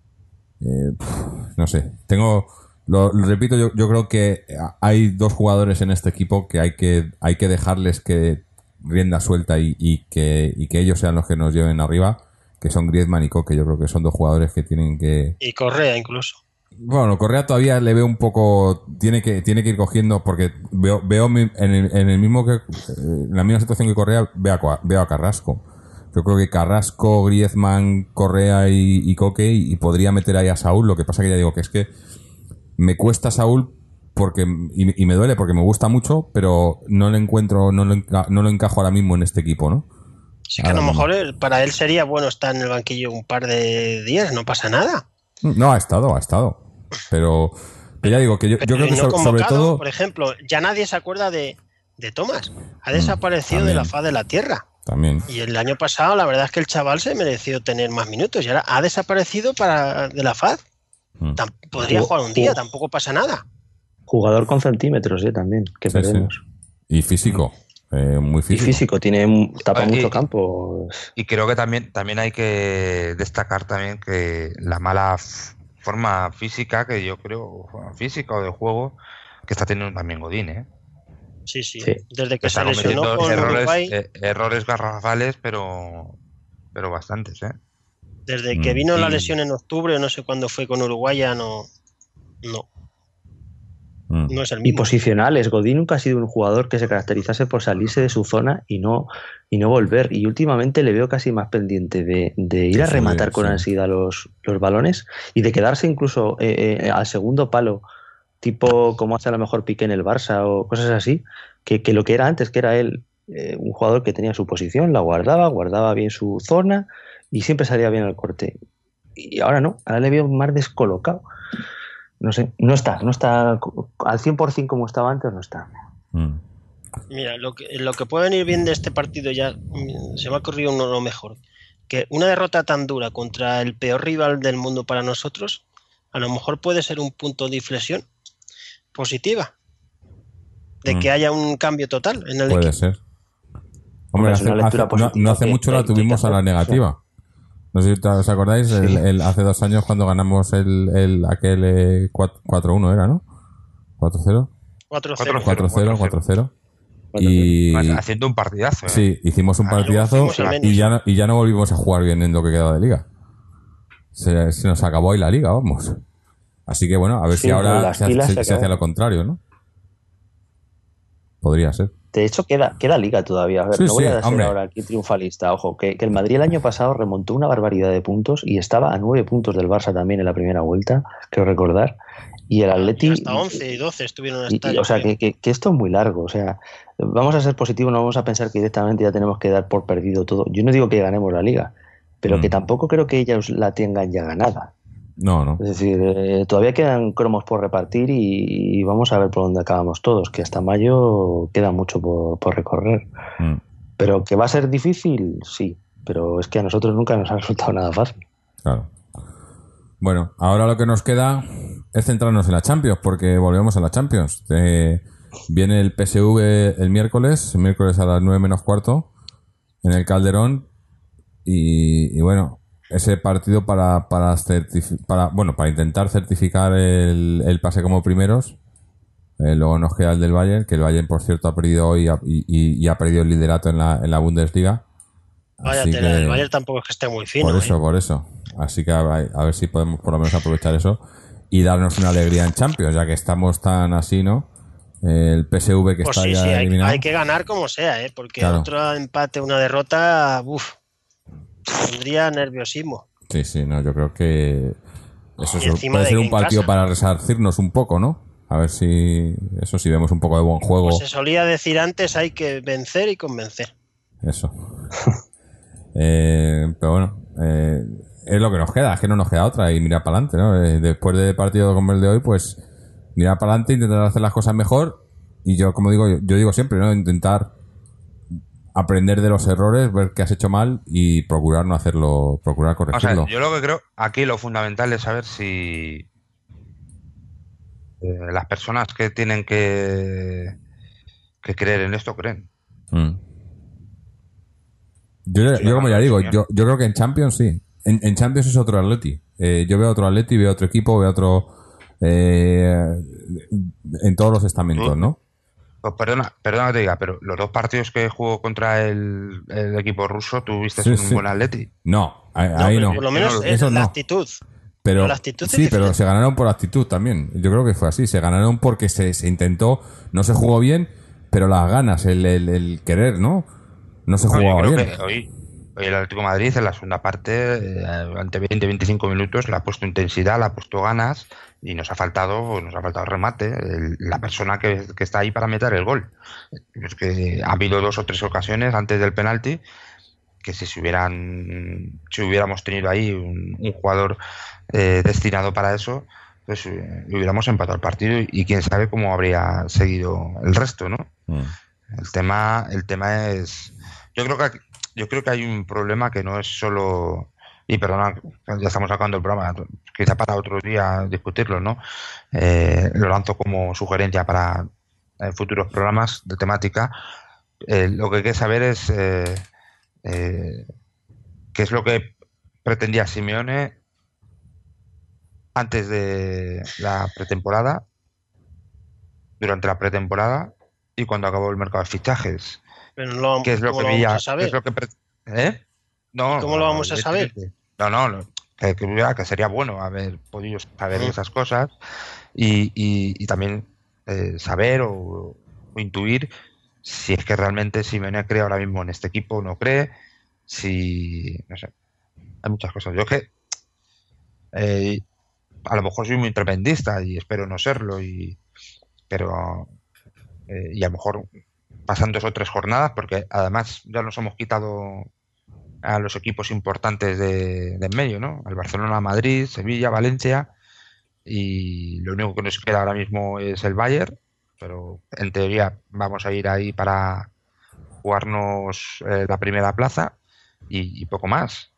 no sé, lo repito, yo creo que hay 2 jugadores en este equipo que hay que dejarles que rienda suelta y que ellos sean los que nos lleven arriba, que son Griezmann y Koke. Yo creo que son 2 jugadores que tienen que... Y Correa incluso. Bueno, Correa todavía le veo un poco... Tiene que ir cogiendo, porque veo en el mismo en la misma situación que Correa, veo a Carrasco. Yo creo que Carrasco, Griezmann, Correa y Koke, y podría meter ahí a Saúl. Lo que pasa que ya digo que es que me cuesta Saúl porque y me duele porque me gusta mucho, pero no lo encajo ahora mismo en este equipo, ¿no? Sí, que a lo mejor para él sería bueno estar en el banquillo un par de días, no pasa nada. No, ha estado. Pero ya digo que yo creo que no sobre todo... Por ejemplo, ya nadie se acuerda de de Thomas. Ha desaparecido también. de la faz de la tierra. También. Y el año pasado, la verdad es que el chaval se mereció tener más minutos y ahora ha desaparecido de la faz. Podría jugar un día, tampoco pasa nada. Jugador con centímetros, también, que Sí, perdemos. sí. Y físico, muy físico. Y físico, tapa mucho campo. Y creo que también hay que destacar también que la mala forma física, que yo creo, física o de juego, que está teniendo también Godín, ¿eh? Sí. Sí. Desde que Está se lesionó cometiendo con Uruguay, errores garrafales, pero bastantes, ¿eh? desde que vino la lesión en octubre, no sé cuándo fue con Uruguay, ya no es el Y mismo. posicionales. Godín nunca ha sido un jugador que se caracterizase por salirse de su zona y no volver. Y últimamente le veo casi más pendiente de ir a rematar con ansiedad los balones y de quedarse incluso al segundo palo, tipo como hace a lo mejor Piqué en el Barça o cosas así, que lo que era antes, que era él un jugador que tenía su posición, la guardaba bien su zona y siempre salía bien al corte. Y ahora no, ahora le veo más descolocado. No sé, no está al 100% como estaba antes, no está. Mira, lo que puede venir bien de este partido ya se me ha ocurrido lo mejor. Que una derrota tan dura contra el peor rival del mundo para nosotros, a lo mejor puede ser un punto de inflexión positiva. De que haya un cambio total en el equipo. Puede ser. Hombre, no hace mucho la tuvimos a la negativa. No sé si os acordáis, Sí. hace 2 años cuando ganamos aquel 4-1 era, ¿no? 4-0. 4-0. 4-0. Y haciendo un partidazo, ¿eh? Sí, hicimos un partidazo y ya no volvimos a jugar bien en lo que quedaba de liga. Se nos acabó ahí la liga, vamos. Así que bueno, a ver si ahora se hace lo contrario, ¿no? Podría ser. De hecho, queda liga todavía. A ver, no voy a ser ahora aquí triunfalista. Ojo, que el Madrid el año pasado remontó una barbaridad de puntos y estaba a 9 puntos del Barça también en la primera vuelta, creo recordar. Y el Atleti... Hasta 11 y 12 estuvieron hasta o sea, que esto es muy largo. O sea, vamos a ser positivos, no vamos a pensar que directamente ya tenemos que dar por perdido todo. Yo no digo que ganemos la liga, pero que tampoco creo que ellos la tengan ya ganada. No. Es decir, todavía quedan cromos por repartir y vamos a ver por dónde acabamos todos, que hasta mayo queda mucho por recorrer. Pero que va a ser difícil, sí, pero es que a nosotros nunca nos ha resultado nada fácil. Claro. Bueno, ahora lo que nos queda es centrarnos en la Champions, porque volvemos a la Champions. Viene el PSV el miércoles a las 9 menos cuarto en el Calderón y bueno, ese partido para intentar certificar el pase como primeros. Luego nos queda el del Bayern, que el Bayern por cierto ha perdido hoy y ha perdido el liderato en la Bundesliga. Vaya tela, el Bayern tampoco es que esté muy fino. Por eso. Así que a ver si podemos por lo menos aprovechar eso y darnos una alegría en Champions, ya que estamos tan así, ¿no? El PSV que está ya eliminado. Hay que ganar como sea, porque otro empate, una derrota, tendría nerviosismo. Sí, no, yo creo que eso puede ser un partido para resarcirnos un poco, ¿no? A ver si vemos un poco de buen juego. Pues se solía decir antes, hay que vencer y convencer. Eso. Pero bueno, es lo que nos queda, es que no nos queda otra y mirar para adelante, ¿no? Después del partido como el de hoy, pues mirar para adelante, intentar hacer las cosas mejor y yo digo siempre, ¿no? Intentar aprender de los errores, ver qué has hecho mal y procurar no hacerlo, procurar corregirlo. O sea, yo lo que creo, aquí lo fundamental es saber si las personas que tienen que creer en esto creen. Yo como ya digo, yo creo que en Champions sí. En Champions es otro Atleti. Yo veo otro Atleti, veo otro equipo, veo otro en todos los estamentos, ¿no? Pues perdona que te diga, pero los 2 partidos que jugó contra el equipo ruso, ¿tú viste un buen Atleti? No, ahí no. Por lo menos es la actitud. Pero la actitud pero se ganaron por actitud también. Yo creo que fue así. Se ganaron porque se intentó, no se jugó bien, pero las ganas, el querer, ¿no? No se jugaba bien. Hoy el Atlético de Madrid en la segunda parte, ante 20-25 minutos, le ha puesto intensidad, le ha puesto ganas y nos ha faltado remate. La persona que está ahí para meter el gol. Es que ha habido 2 o 3 ocasiones antes del penalti que si hubiéramos tenido ahí un jugador destinado para eso, pues hubiéramos empatado el partido y quién sabe cómo habría seguido el resto, ¿no? El tema es, yo creo que hay un problema que no es solo, y perdona, ya estamos sacando el programa, quizá para otro día discutirlo, ¿no? Lo lanzo como sugerencia para futuros programas de temática. Lo que hay que saber es qué es lo que pretendía Simeone antes de la pretemporada, durante la pretemporada y cuando acabó el mercado de fichajes. Pero no, ¿Qué es lo ¿cómo que lo veía? vamos a saber? ¿Qué es lo que No, ¿Cómo lo vamos a saber? evidentemente. No, que sería bueno haber podido saber esas cosas y también saber o intuir si es que realmente Simeone cree ahora mismo en este equipo o no cree, no sé, hay muchas cosas. Yo que a lo mejor soy muy tremendista y espero no serlo, pero y a lo mejor pasan 2 o 3 jornadas, porque además ya nos hemos quitado a los equipos importantes de en medio, ¿no? Al Barcelona, Madrid, Sevilla, Valencia, y lo único que nos queda ahora mismo es el Bayern, pero en teoría vamos a ir ahí para jugarnos la primera plaza y poco más.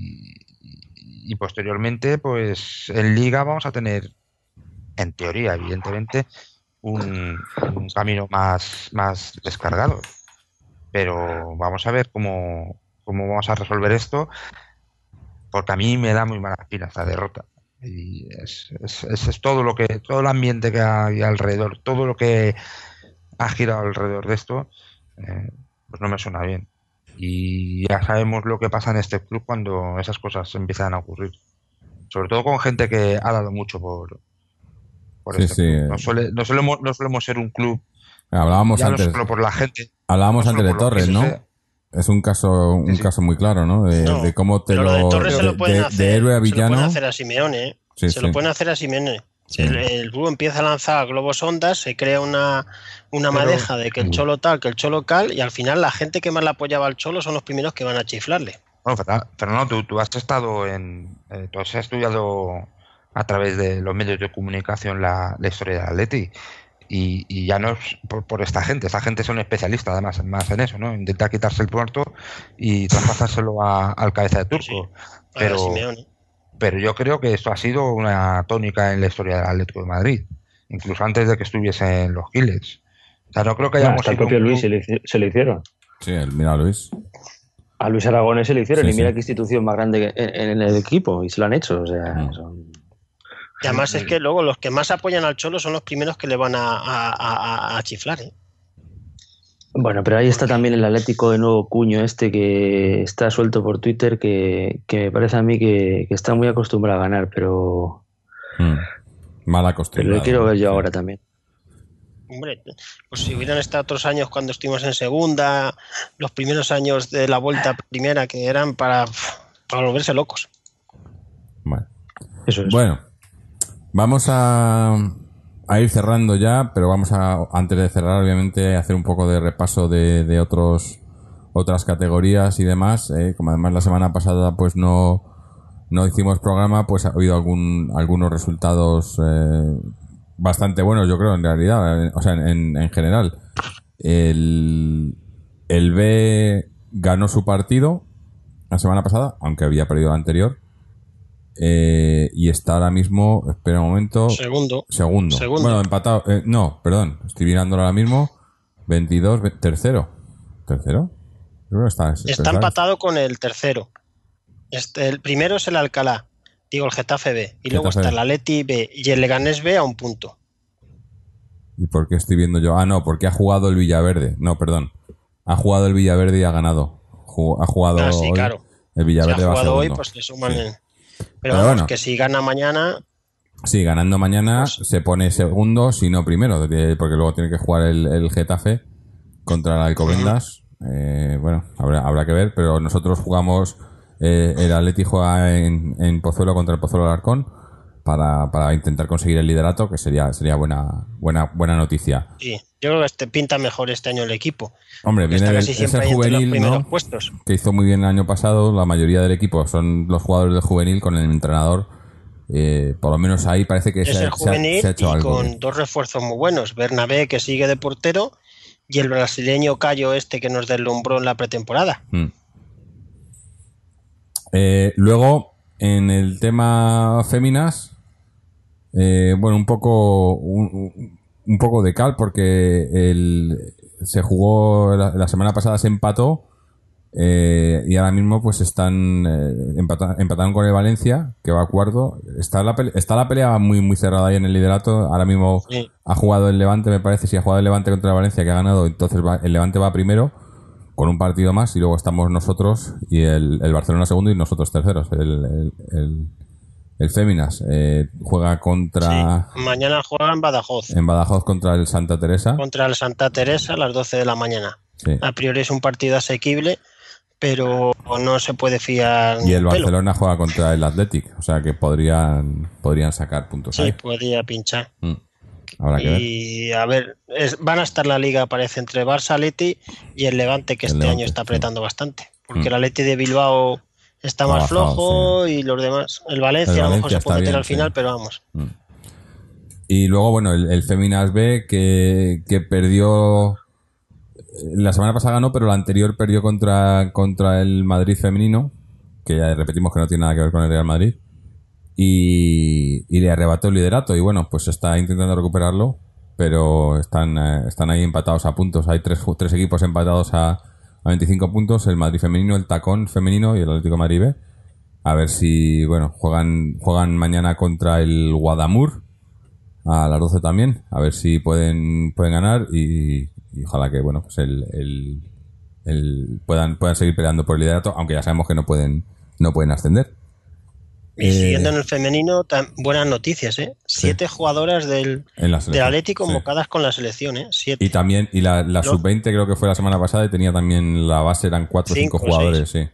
Y posteriormente, pues en Liga vamos a tener, en teoría, evidentemente, un camino más descargado. Pero vamos a ver cómo vamos a resolver esto, porque a mí me da muy malas pilas la derrota. Y es todo el ambiente que hay alrededor, todo lo que ha girado alrededor de esto, pues no me suena bien. Y ya sabemos lo que pasa en este club cuando esas cosas empiezan a ocurrir. Sobre todo con gente que ha dado mucho por Sí, este sí. club. No solemos ser un club, Hablábamos ya antes, no solo por la gente. hablábamos no antes solo de por lo que Torres, se ¿no? sea. Es un caso Sí. caso muy claro, ¿no? De cómo te Pero lo de Torres se lo de pueden hacer, héroe a se lo villano. pueden hacer a Simeone, ¿eh? Sí, Se sí. lo pueden hacer a Simeone. Sí. El club empieza a lanzar globos sondas, se crea una madeja de que el Cholo tal, que el Cholo cal, y al final la gente que más le apoyaba al Cholo son los primeros que van a chiflarle. Bueno, Fernando, tú has estado tú has estudiado a través de los medios de comunicación la historia del Atleti y ya no es por esta gente son especialistas además más en eso, ¿no? Intenta quitarse el muerto y traspasárselo al cabeza de turco. Para Simeone. Pero yo creo que esto ha sido una tónica en la historia del Atlético de Madrid, incluso antes de que estuviese en los Giles. O sea, no creo que hayamos Hasta el sido propio un Luis club- se le hicieron. Sí, mira, Luis. A Luis Aragonés se le hicieron Sí, y mira sí. qué institución más grande en el equipo y se lo han hecho. O sea, son... Y además es que luego los que más apoyan al Cholo son los primeros que le van a chiflar, ¿eh? Bueno, pero ahí está también el Atlético de nuevo cuño que está suelto por Twitter, que me parece a mí que está muy acostumbrado a ganar, pero Mal acostumbrado. lo quiero ver yo Sí. ahora también. Hombre, pues si hubieran estado otros años cuando estuvimos en segunda, los primeros años de la vuelta primera, que eran para volverse locos. Bueno. Eso es. Bueno, vamos a ir cerrando ya, pero vamos antes de cerrar, obviamente, hacer un poco de repaso de otras categorías y demás. Como además la semana pasada pues no hicimos programa, pues ha habido algunos resultados bastante buenos, yo creo, en realidad, o sea, en general. El B ganó su partido la semana pasada, aunque había perdido el anterior. Y está ahora mismo, espera un momento. Segundo. Bueno, empatado. No, perdón, estoy mirándolo ahora mismo. 22, tercero. ¿Tercero? Creo que Está empatado con el tercero. El primero es el Alcalá, digo el Getafe B, y luego está el Atleti B y el Leganés B a un punto. ¿Y por qué estoy viendo yo? Ah, no, porque ha jugado el Villaverde. No, perdón. Ha jugado el Villaverde y ha ganado. Ha jugado sí, hoy. Claro. El Villaverde si ha va jugado segundo. hoy, pues le suman Sí. Pero Pero vamos, bueno. que si gana mañana... Sí, ganando mañana Pues- se pone segundo, si no primero, porque luego tiene que jugar el Getafe contra el Alcobendas. Bueno, habrá que ver, pero nosotros jugamos, el Atleti juega en Pozuelo contra el Pozuelo Alarcón para intentar conseguir el liderato, que sería buena noticia. Sí, yo creo que pinta mejor este año el equipo. Hombre, Está viene casi ese siempre ahí entre los juvenil, primeros ¿no? puestos. Que hizo muy bien el año pasado. La mayoría del equipo son los jugadores del juvenil con el entrenador. Por lo menos ahí parece que Es el juvenil se ha hecho y algo. con dos refuerzos muy buenos. Bernabé, que sigue de portero, y el brasileño Cayo que nos deslumbró en la pretemporada. Luego, en el tema féminas, bueno, un poco de cal, porque se jugó la semana pasada, se empató, y ahora mismo pues empataron con el Valencia, que va cuarto. Está la pelea muy muy cerrada ahí en el liderato. Ahora mismo Sí. ha jugado el Levante, me parece. Si ha jugado el Levante contra el Valencia, que ha ganado, entonces el Levante va primero con un partido más, y luego estamos nosotros y el Barcelona segundo y nosotros terceros. El Féminas juega contra... Sí. Mañana juega en Badajoz. En Badajoz contra el Santa Teresa. Contra el Santa Teresa a las 12 de la mañana. Sí. A priori es un partido asequible, pero no se puede fiar. Y el pelo. Barcelona juega contra el Athletic, o sea que podrían sacar puntos Sí, ahí. podría pinchar. Habrá que ver. Y a ver, van a estar la liga, parece, entre Barça, Atleti y el Levante, que El este Levante, año está apretando bastante. Porque Mm. el Atleti de Bilbao está Ha más bajado, flojo y los demás. El Valencia a lo mejor Valencia se puede está meter bien, al final, sí. pero vamos. Y luego, bueno, el Féminas B, que perdió... La semana pasada ganó, pero la anterior perdió contra el Madrid femenino, que ya repetimos que no tiene nada que ver con el Real Madrid, y le arrebató el liderato. Y bueno, pues está intentando recuperarlo, pero están ahí empatados a puntos. Hay tres equipos empatados a 25 puntos: el Madrid femenino, el Tacón femenino y el Atlético de Madrid B. A ver si, bueno, juegan mañana contra el Guadamur a las 12 también, a ver si pueden ganar, y ojalá que, bueno, pues puedan seguir peleando por el liderato, aunque ya sabemos que no pueden ascender. Y siguiendo en el femenino, buenas noticias, ¿eh? Sí. 7 jugadoras del Atleti convocadas sí. con la selección, ¿eh? 7. Y también, la sub-20 creo que fue la semana pasada, y tenía también la base, eran 4 o 5 jugadores, sí,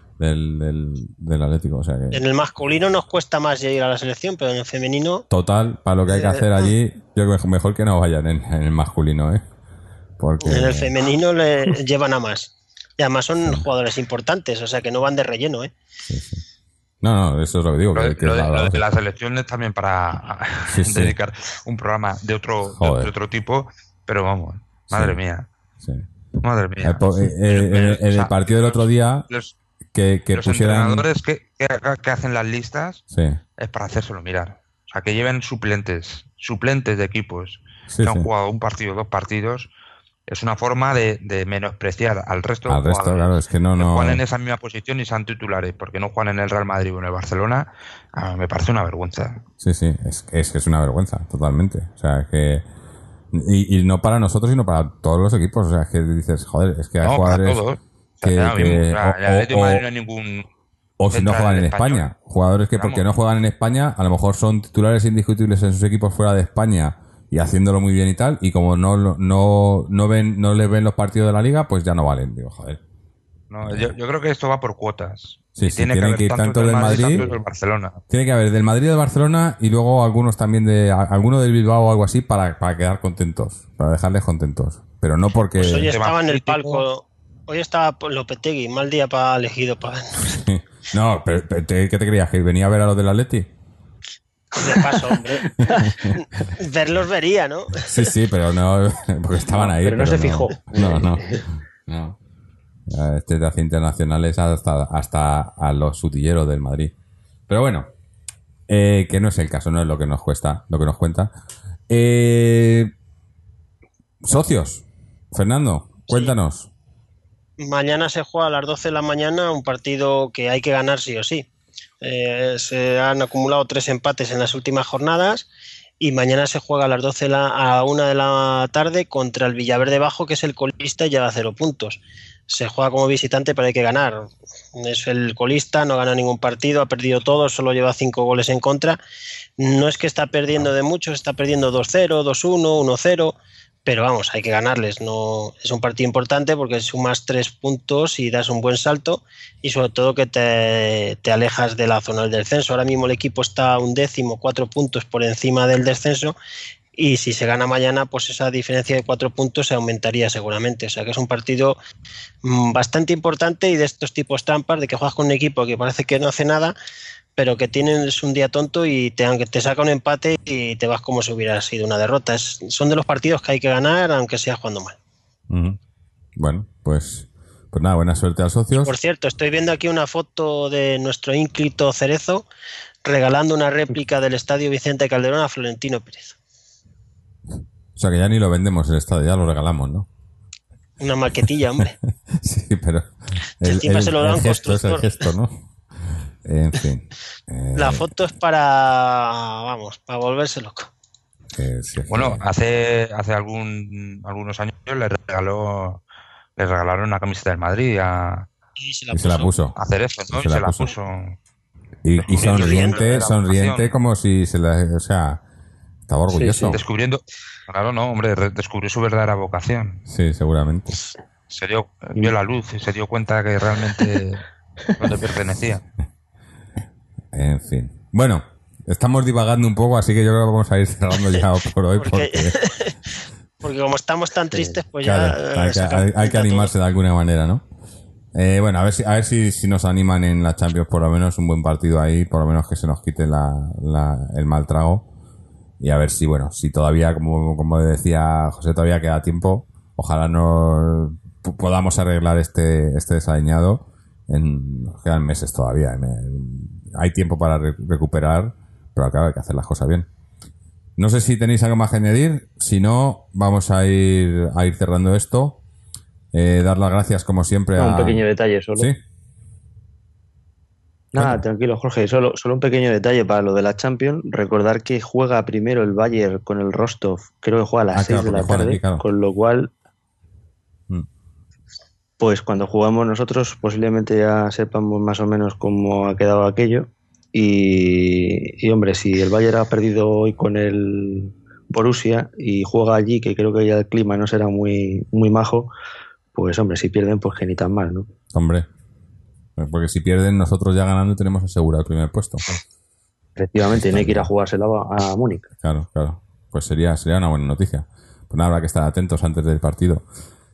del Atlético, o sea que... En el masculino nos cuesta más ya ir a la selección, pero en el femenino... Total, para lo que hay que hacer allí, yo creo que mejor que no vayan en el masculino, ¿eh? Porque... En el femenino le llevan a más. Y además son jugadores importantes, o sea que no van de relleno, ¿eh? Sí. No, eso es lo que digo. Lo de la selección es también para Sí. dedicar un programa de otro tipo, pero vamos, madre mía. Sí. Madre mía. En el partido del otro día, los que pusieran... entrenadores que hacen las listas Sí. es para hacérselo mirar. O sea, que lleven suplentes de equipos Sí, que han sí. jugado un partido, 2 partidos. Es una forma de menospreciar al resto de Al resto, jugadores claro, es que no... juegan en esa misma posición y sean titulares, porque no juegan en el Real Madrid o en el Barcelona. Me parece una vergüenza. Sí, es que es una vergüenza, totalmente. O sea, que... Y no para nosotros, sino para todos los equipos. O sea, es que dices, joder, es que hay jugadores... Para todos. que- O sea, que- el Atlético de o- Madrid no hay ningún... O si no central juegan en español. España. Jugadores que Vamos. porque no juegan en España, a lo mejor son titulares indiscutibles en sus equipos fuera de España y haciéndolo muy bien y tal, y como no les ven los partidos de la liga, pues ya no valen. Digo, joder. No, yo creo que esto va por cuotas. Sí, Y sí, tiene tienen que que ir haber tanto tantos del Madrid, tantos del Barcelona. tiene que haber del Madrid y del Barcelona, y luego algunos también alguno del Bilbao o algo así para quedar contentos, para dejarles contentos. Pero no porque... Pues hoy Tema estaba en el crítico. palco. Hoy estaba Lopetegui, mal día para elegido para... No, pero ¿qué te creías? ¿Que venía a ver a los del Atleti? De paso, hombre. Verlos vería, ¿no? Sí, pero no, porque estaban ahí. pero no se fijó. No. Este te hace internacionales hasta a los sutilleros del Madrid. Pero bueno, que no es el caso, no es lo que nos cuesta, lo que nos cuenta. Socios, Fernando, cuéntanos. Mañana se juega a las 12 de la mañana un partido que hay que ganar sí o sí. Se han acumulado 3 empates en las últimas jornadas y mañana se juega a las 12 a 1 de la tarde contra el Villaverde Bajo, que es el colista y lleva 0 puntos. Se juega como visitante, pero hay que ganar. Es el colista, no gana ningún partido, ha perdido todo, solo lleva 5 goles en contra. No es que está perdiendo de mucho, está perdiendo 2-0, 2-1, 1-0. Pero vamos, hay que ganarles. No es un partido importante porque sumas 3 puntos y das un buen salto, y sobre todo que te alejas de la zona del descenso. Ahora mismo el equipo está 11º, 4 puntos por encima del descenso, y si se gana mañana, pues esa diferencia de 4 puntos se aumentaría seguramente. O sea que es un partido bastante importante, y de estos tipos trampas, de que juegas con un equipo que parece que no hace nada, pero que tienes un día tonto y te saca un empate y te vas como si hubiera sido una derrota. Son de los partidos que hay que ganar, aunque sea jugando mal. Bueno, pues nada, buena suerte a los socios. Por cierto, estoy viendo aquí una foto de nuestro ínclito Cerezo regalando una réplica del Estadio Vicente Calderón a Florentino Pérez. O sea que ya ni lo vendemos el estadio, ya lo regalamos, ¿no? Una maquetilla, hombre. Sí, pero Encima se lo da un gesto es el constructor. gesto, ¿no? En fin. La foto es para volverse loco. Sí, Bueno, hace algunos años le regalaron una camiseta del Madrid Y se la puso. a Cerezo, ¿no? Y se la puso. Y sonriente como si o sea, estaba orgulloso. Sí. Descubriendo, claro, no, hombre, descubrió su verdadera vocación. Sí, seguramente. Vio la luz y se dio cuenta que realmente no le pertenecía. En fin. Bueno, estamos divagando un poco, así que yo creo que vamos a ir cerrando ya por hoy. Porque como estamos tan tristes, pues claro, ya... hay que animarse de alguna manera, ¿no? Bueno, a ver si nos animan en la Champions, por lo menos un buen partido ahí, por lo menos que se nos quite el mal trago. Y a ver si todavía, como decía José, todavía queda tiempo. Ojalá podamos arreglar este desaliñado. Nos quedan meses todavía. Hay tiempo para recuperar, pero claro, hay que hacer las cosas bien. No sé si tenéis algo más que añadir. Si no, vamos a ir cerrando esto. Dar las gracias, como siempre, un pequeño detalle solo. ¿Sí? Nada, Bueno. tranquilo, Jorge. Solo un pequeño detalle para lo de la Champions. Recordar que juega primero el Bayern con el Rostov. Creo que juega a las 6 de la tarde. Aquí, claro. Con lo cual, pues cuando jugamos nosotros posiblemente ya sepamos más o menos cómo ha quedado aquello. Y hombre, si el Bayern ha perdido hoy con el Borussia y juega allí, que creo que ya el clima no será muy, muy majo, pues hombre, si pierden, pues que ni tan mal, ¿no? Hombre, porque si pierden, nosotros ya ganando tenemos asegurado el primer puesto. Efectivamente, y no hay que ir a jugársela a Múnich. Claro. Pues sería una buena noticia. Pues nada, habrá que estar atentos antes del partido.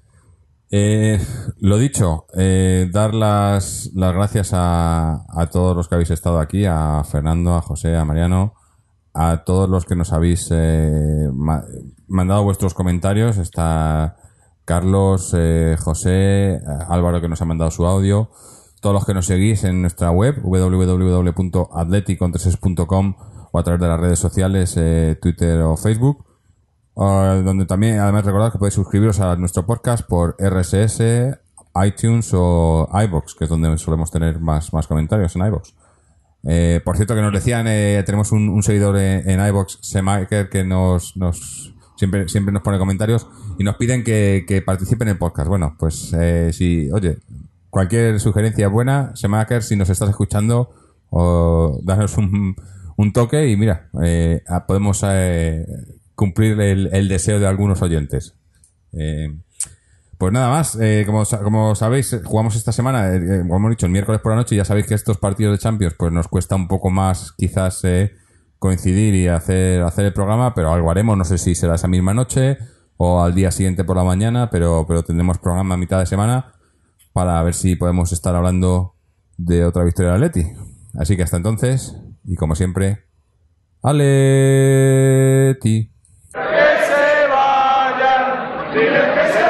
Lo dicho, dar las gracias a todos los que habéis estado aquí, a Fernando, a José, a Mariano, a todos los que nos habéis mandado vuestros comentarios. Está Carlos, José, Álvaro, que nos ha mandado su audio, todos los que nos seguís en nuestra web www.atleticontreses.com o a través de las redes sociales, Twitter o Facebook, donde también además recordad que podéis suscribiros a nuestro podcast por RSS, iTunes o iVoox, que es donde solemos tener más comentarios, en iVoox. Por cierto, que nos decían, tenemos un seguidor en iVoox, Semaker, que siempre nos pone comentarios y nos piden que participe en el podcast. Bueno, pues cualquier sugerencia es buena. Semaker, si nos estás escuchando, danos un toque y mira, podemos cumplir el deseo de algunos oyentes. Pues nada más, como sabéis, jugamos esta semana, como hemos dicho, el miércoles por la noche, y ya sabéis que estos partidos de Champions pues nos cuesta un poco más quizás coincidir y hacer el programa, pero algo haremos. No sé si será esa misma noche o al día siguiente por la mañana, pero tendremos programa a mitad de semana para ver si podemos estar hablando de otra victoria del Atleti. Así que hasta entonces, y como siempre, ¡Atleti! Que se vayan, diles que se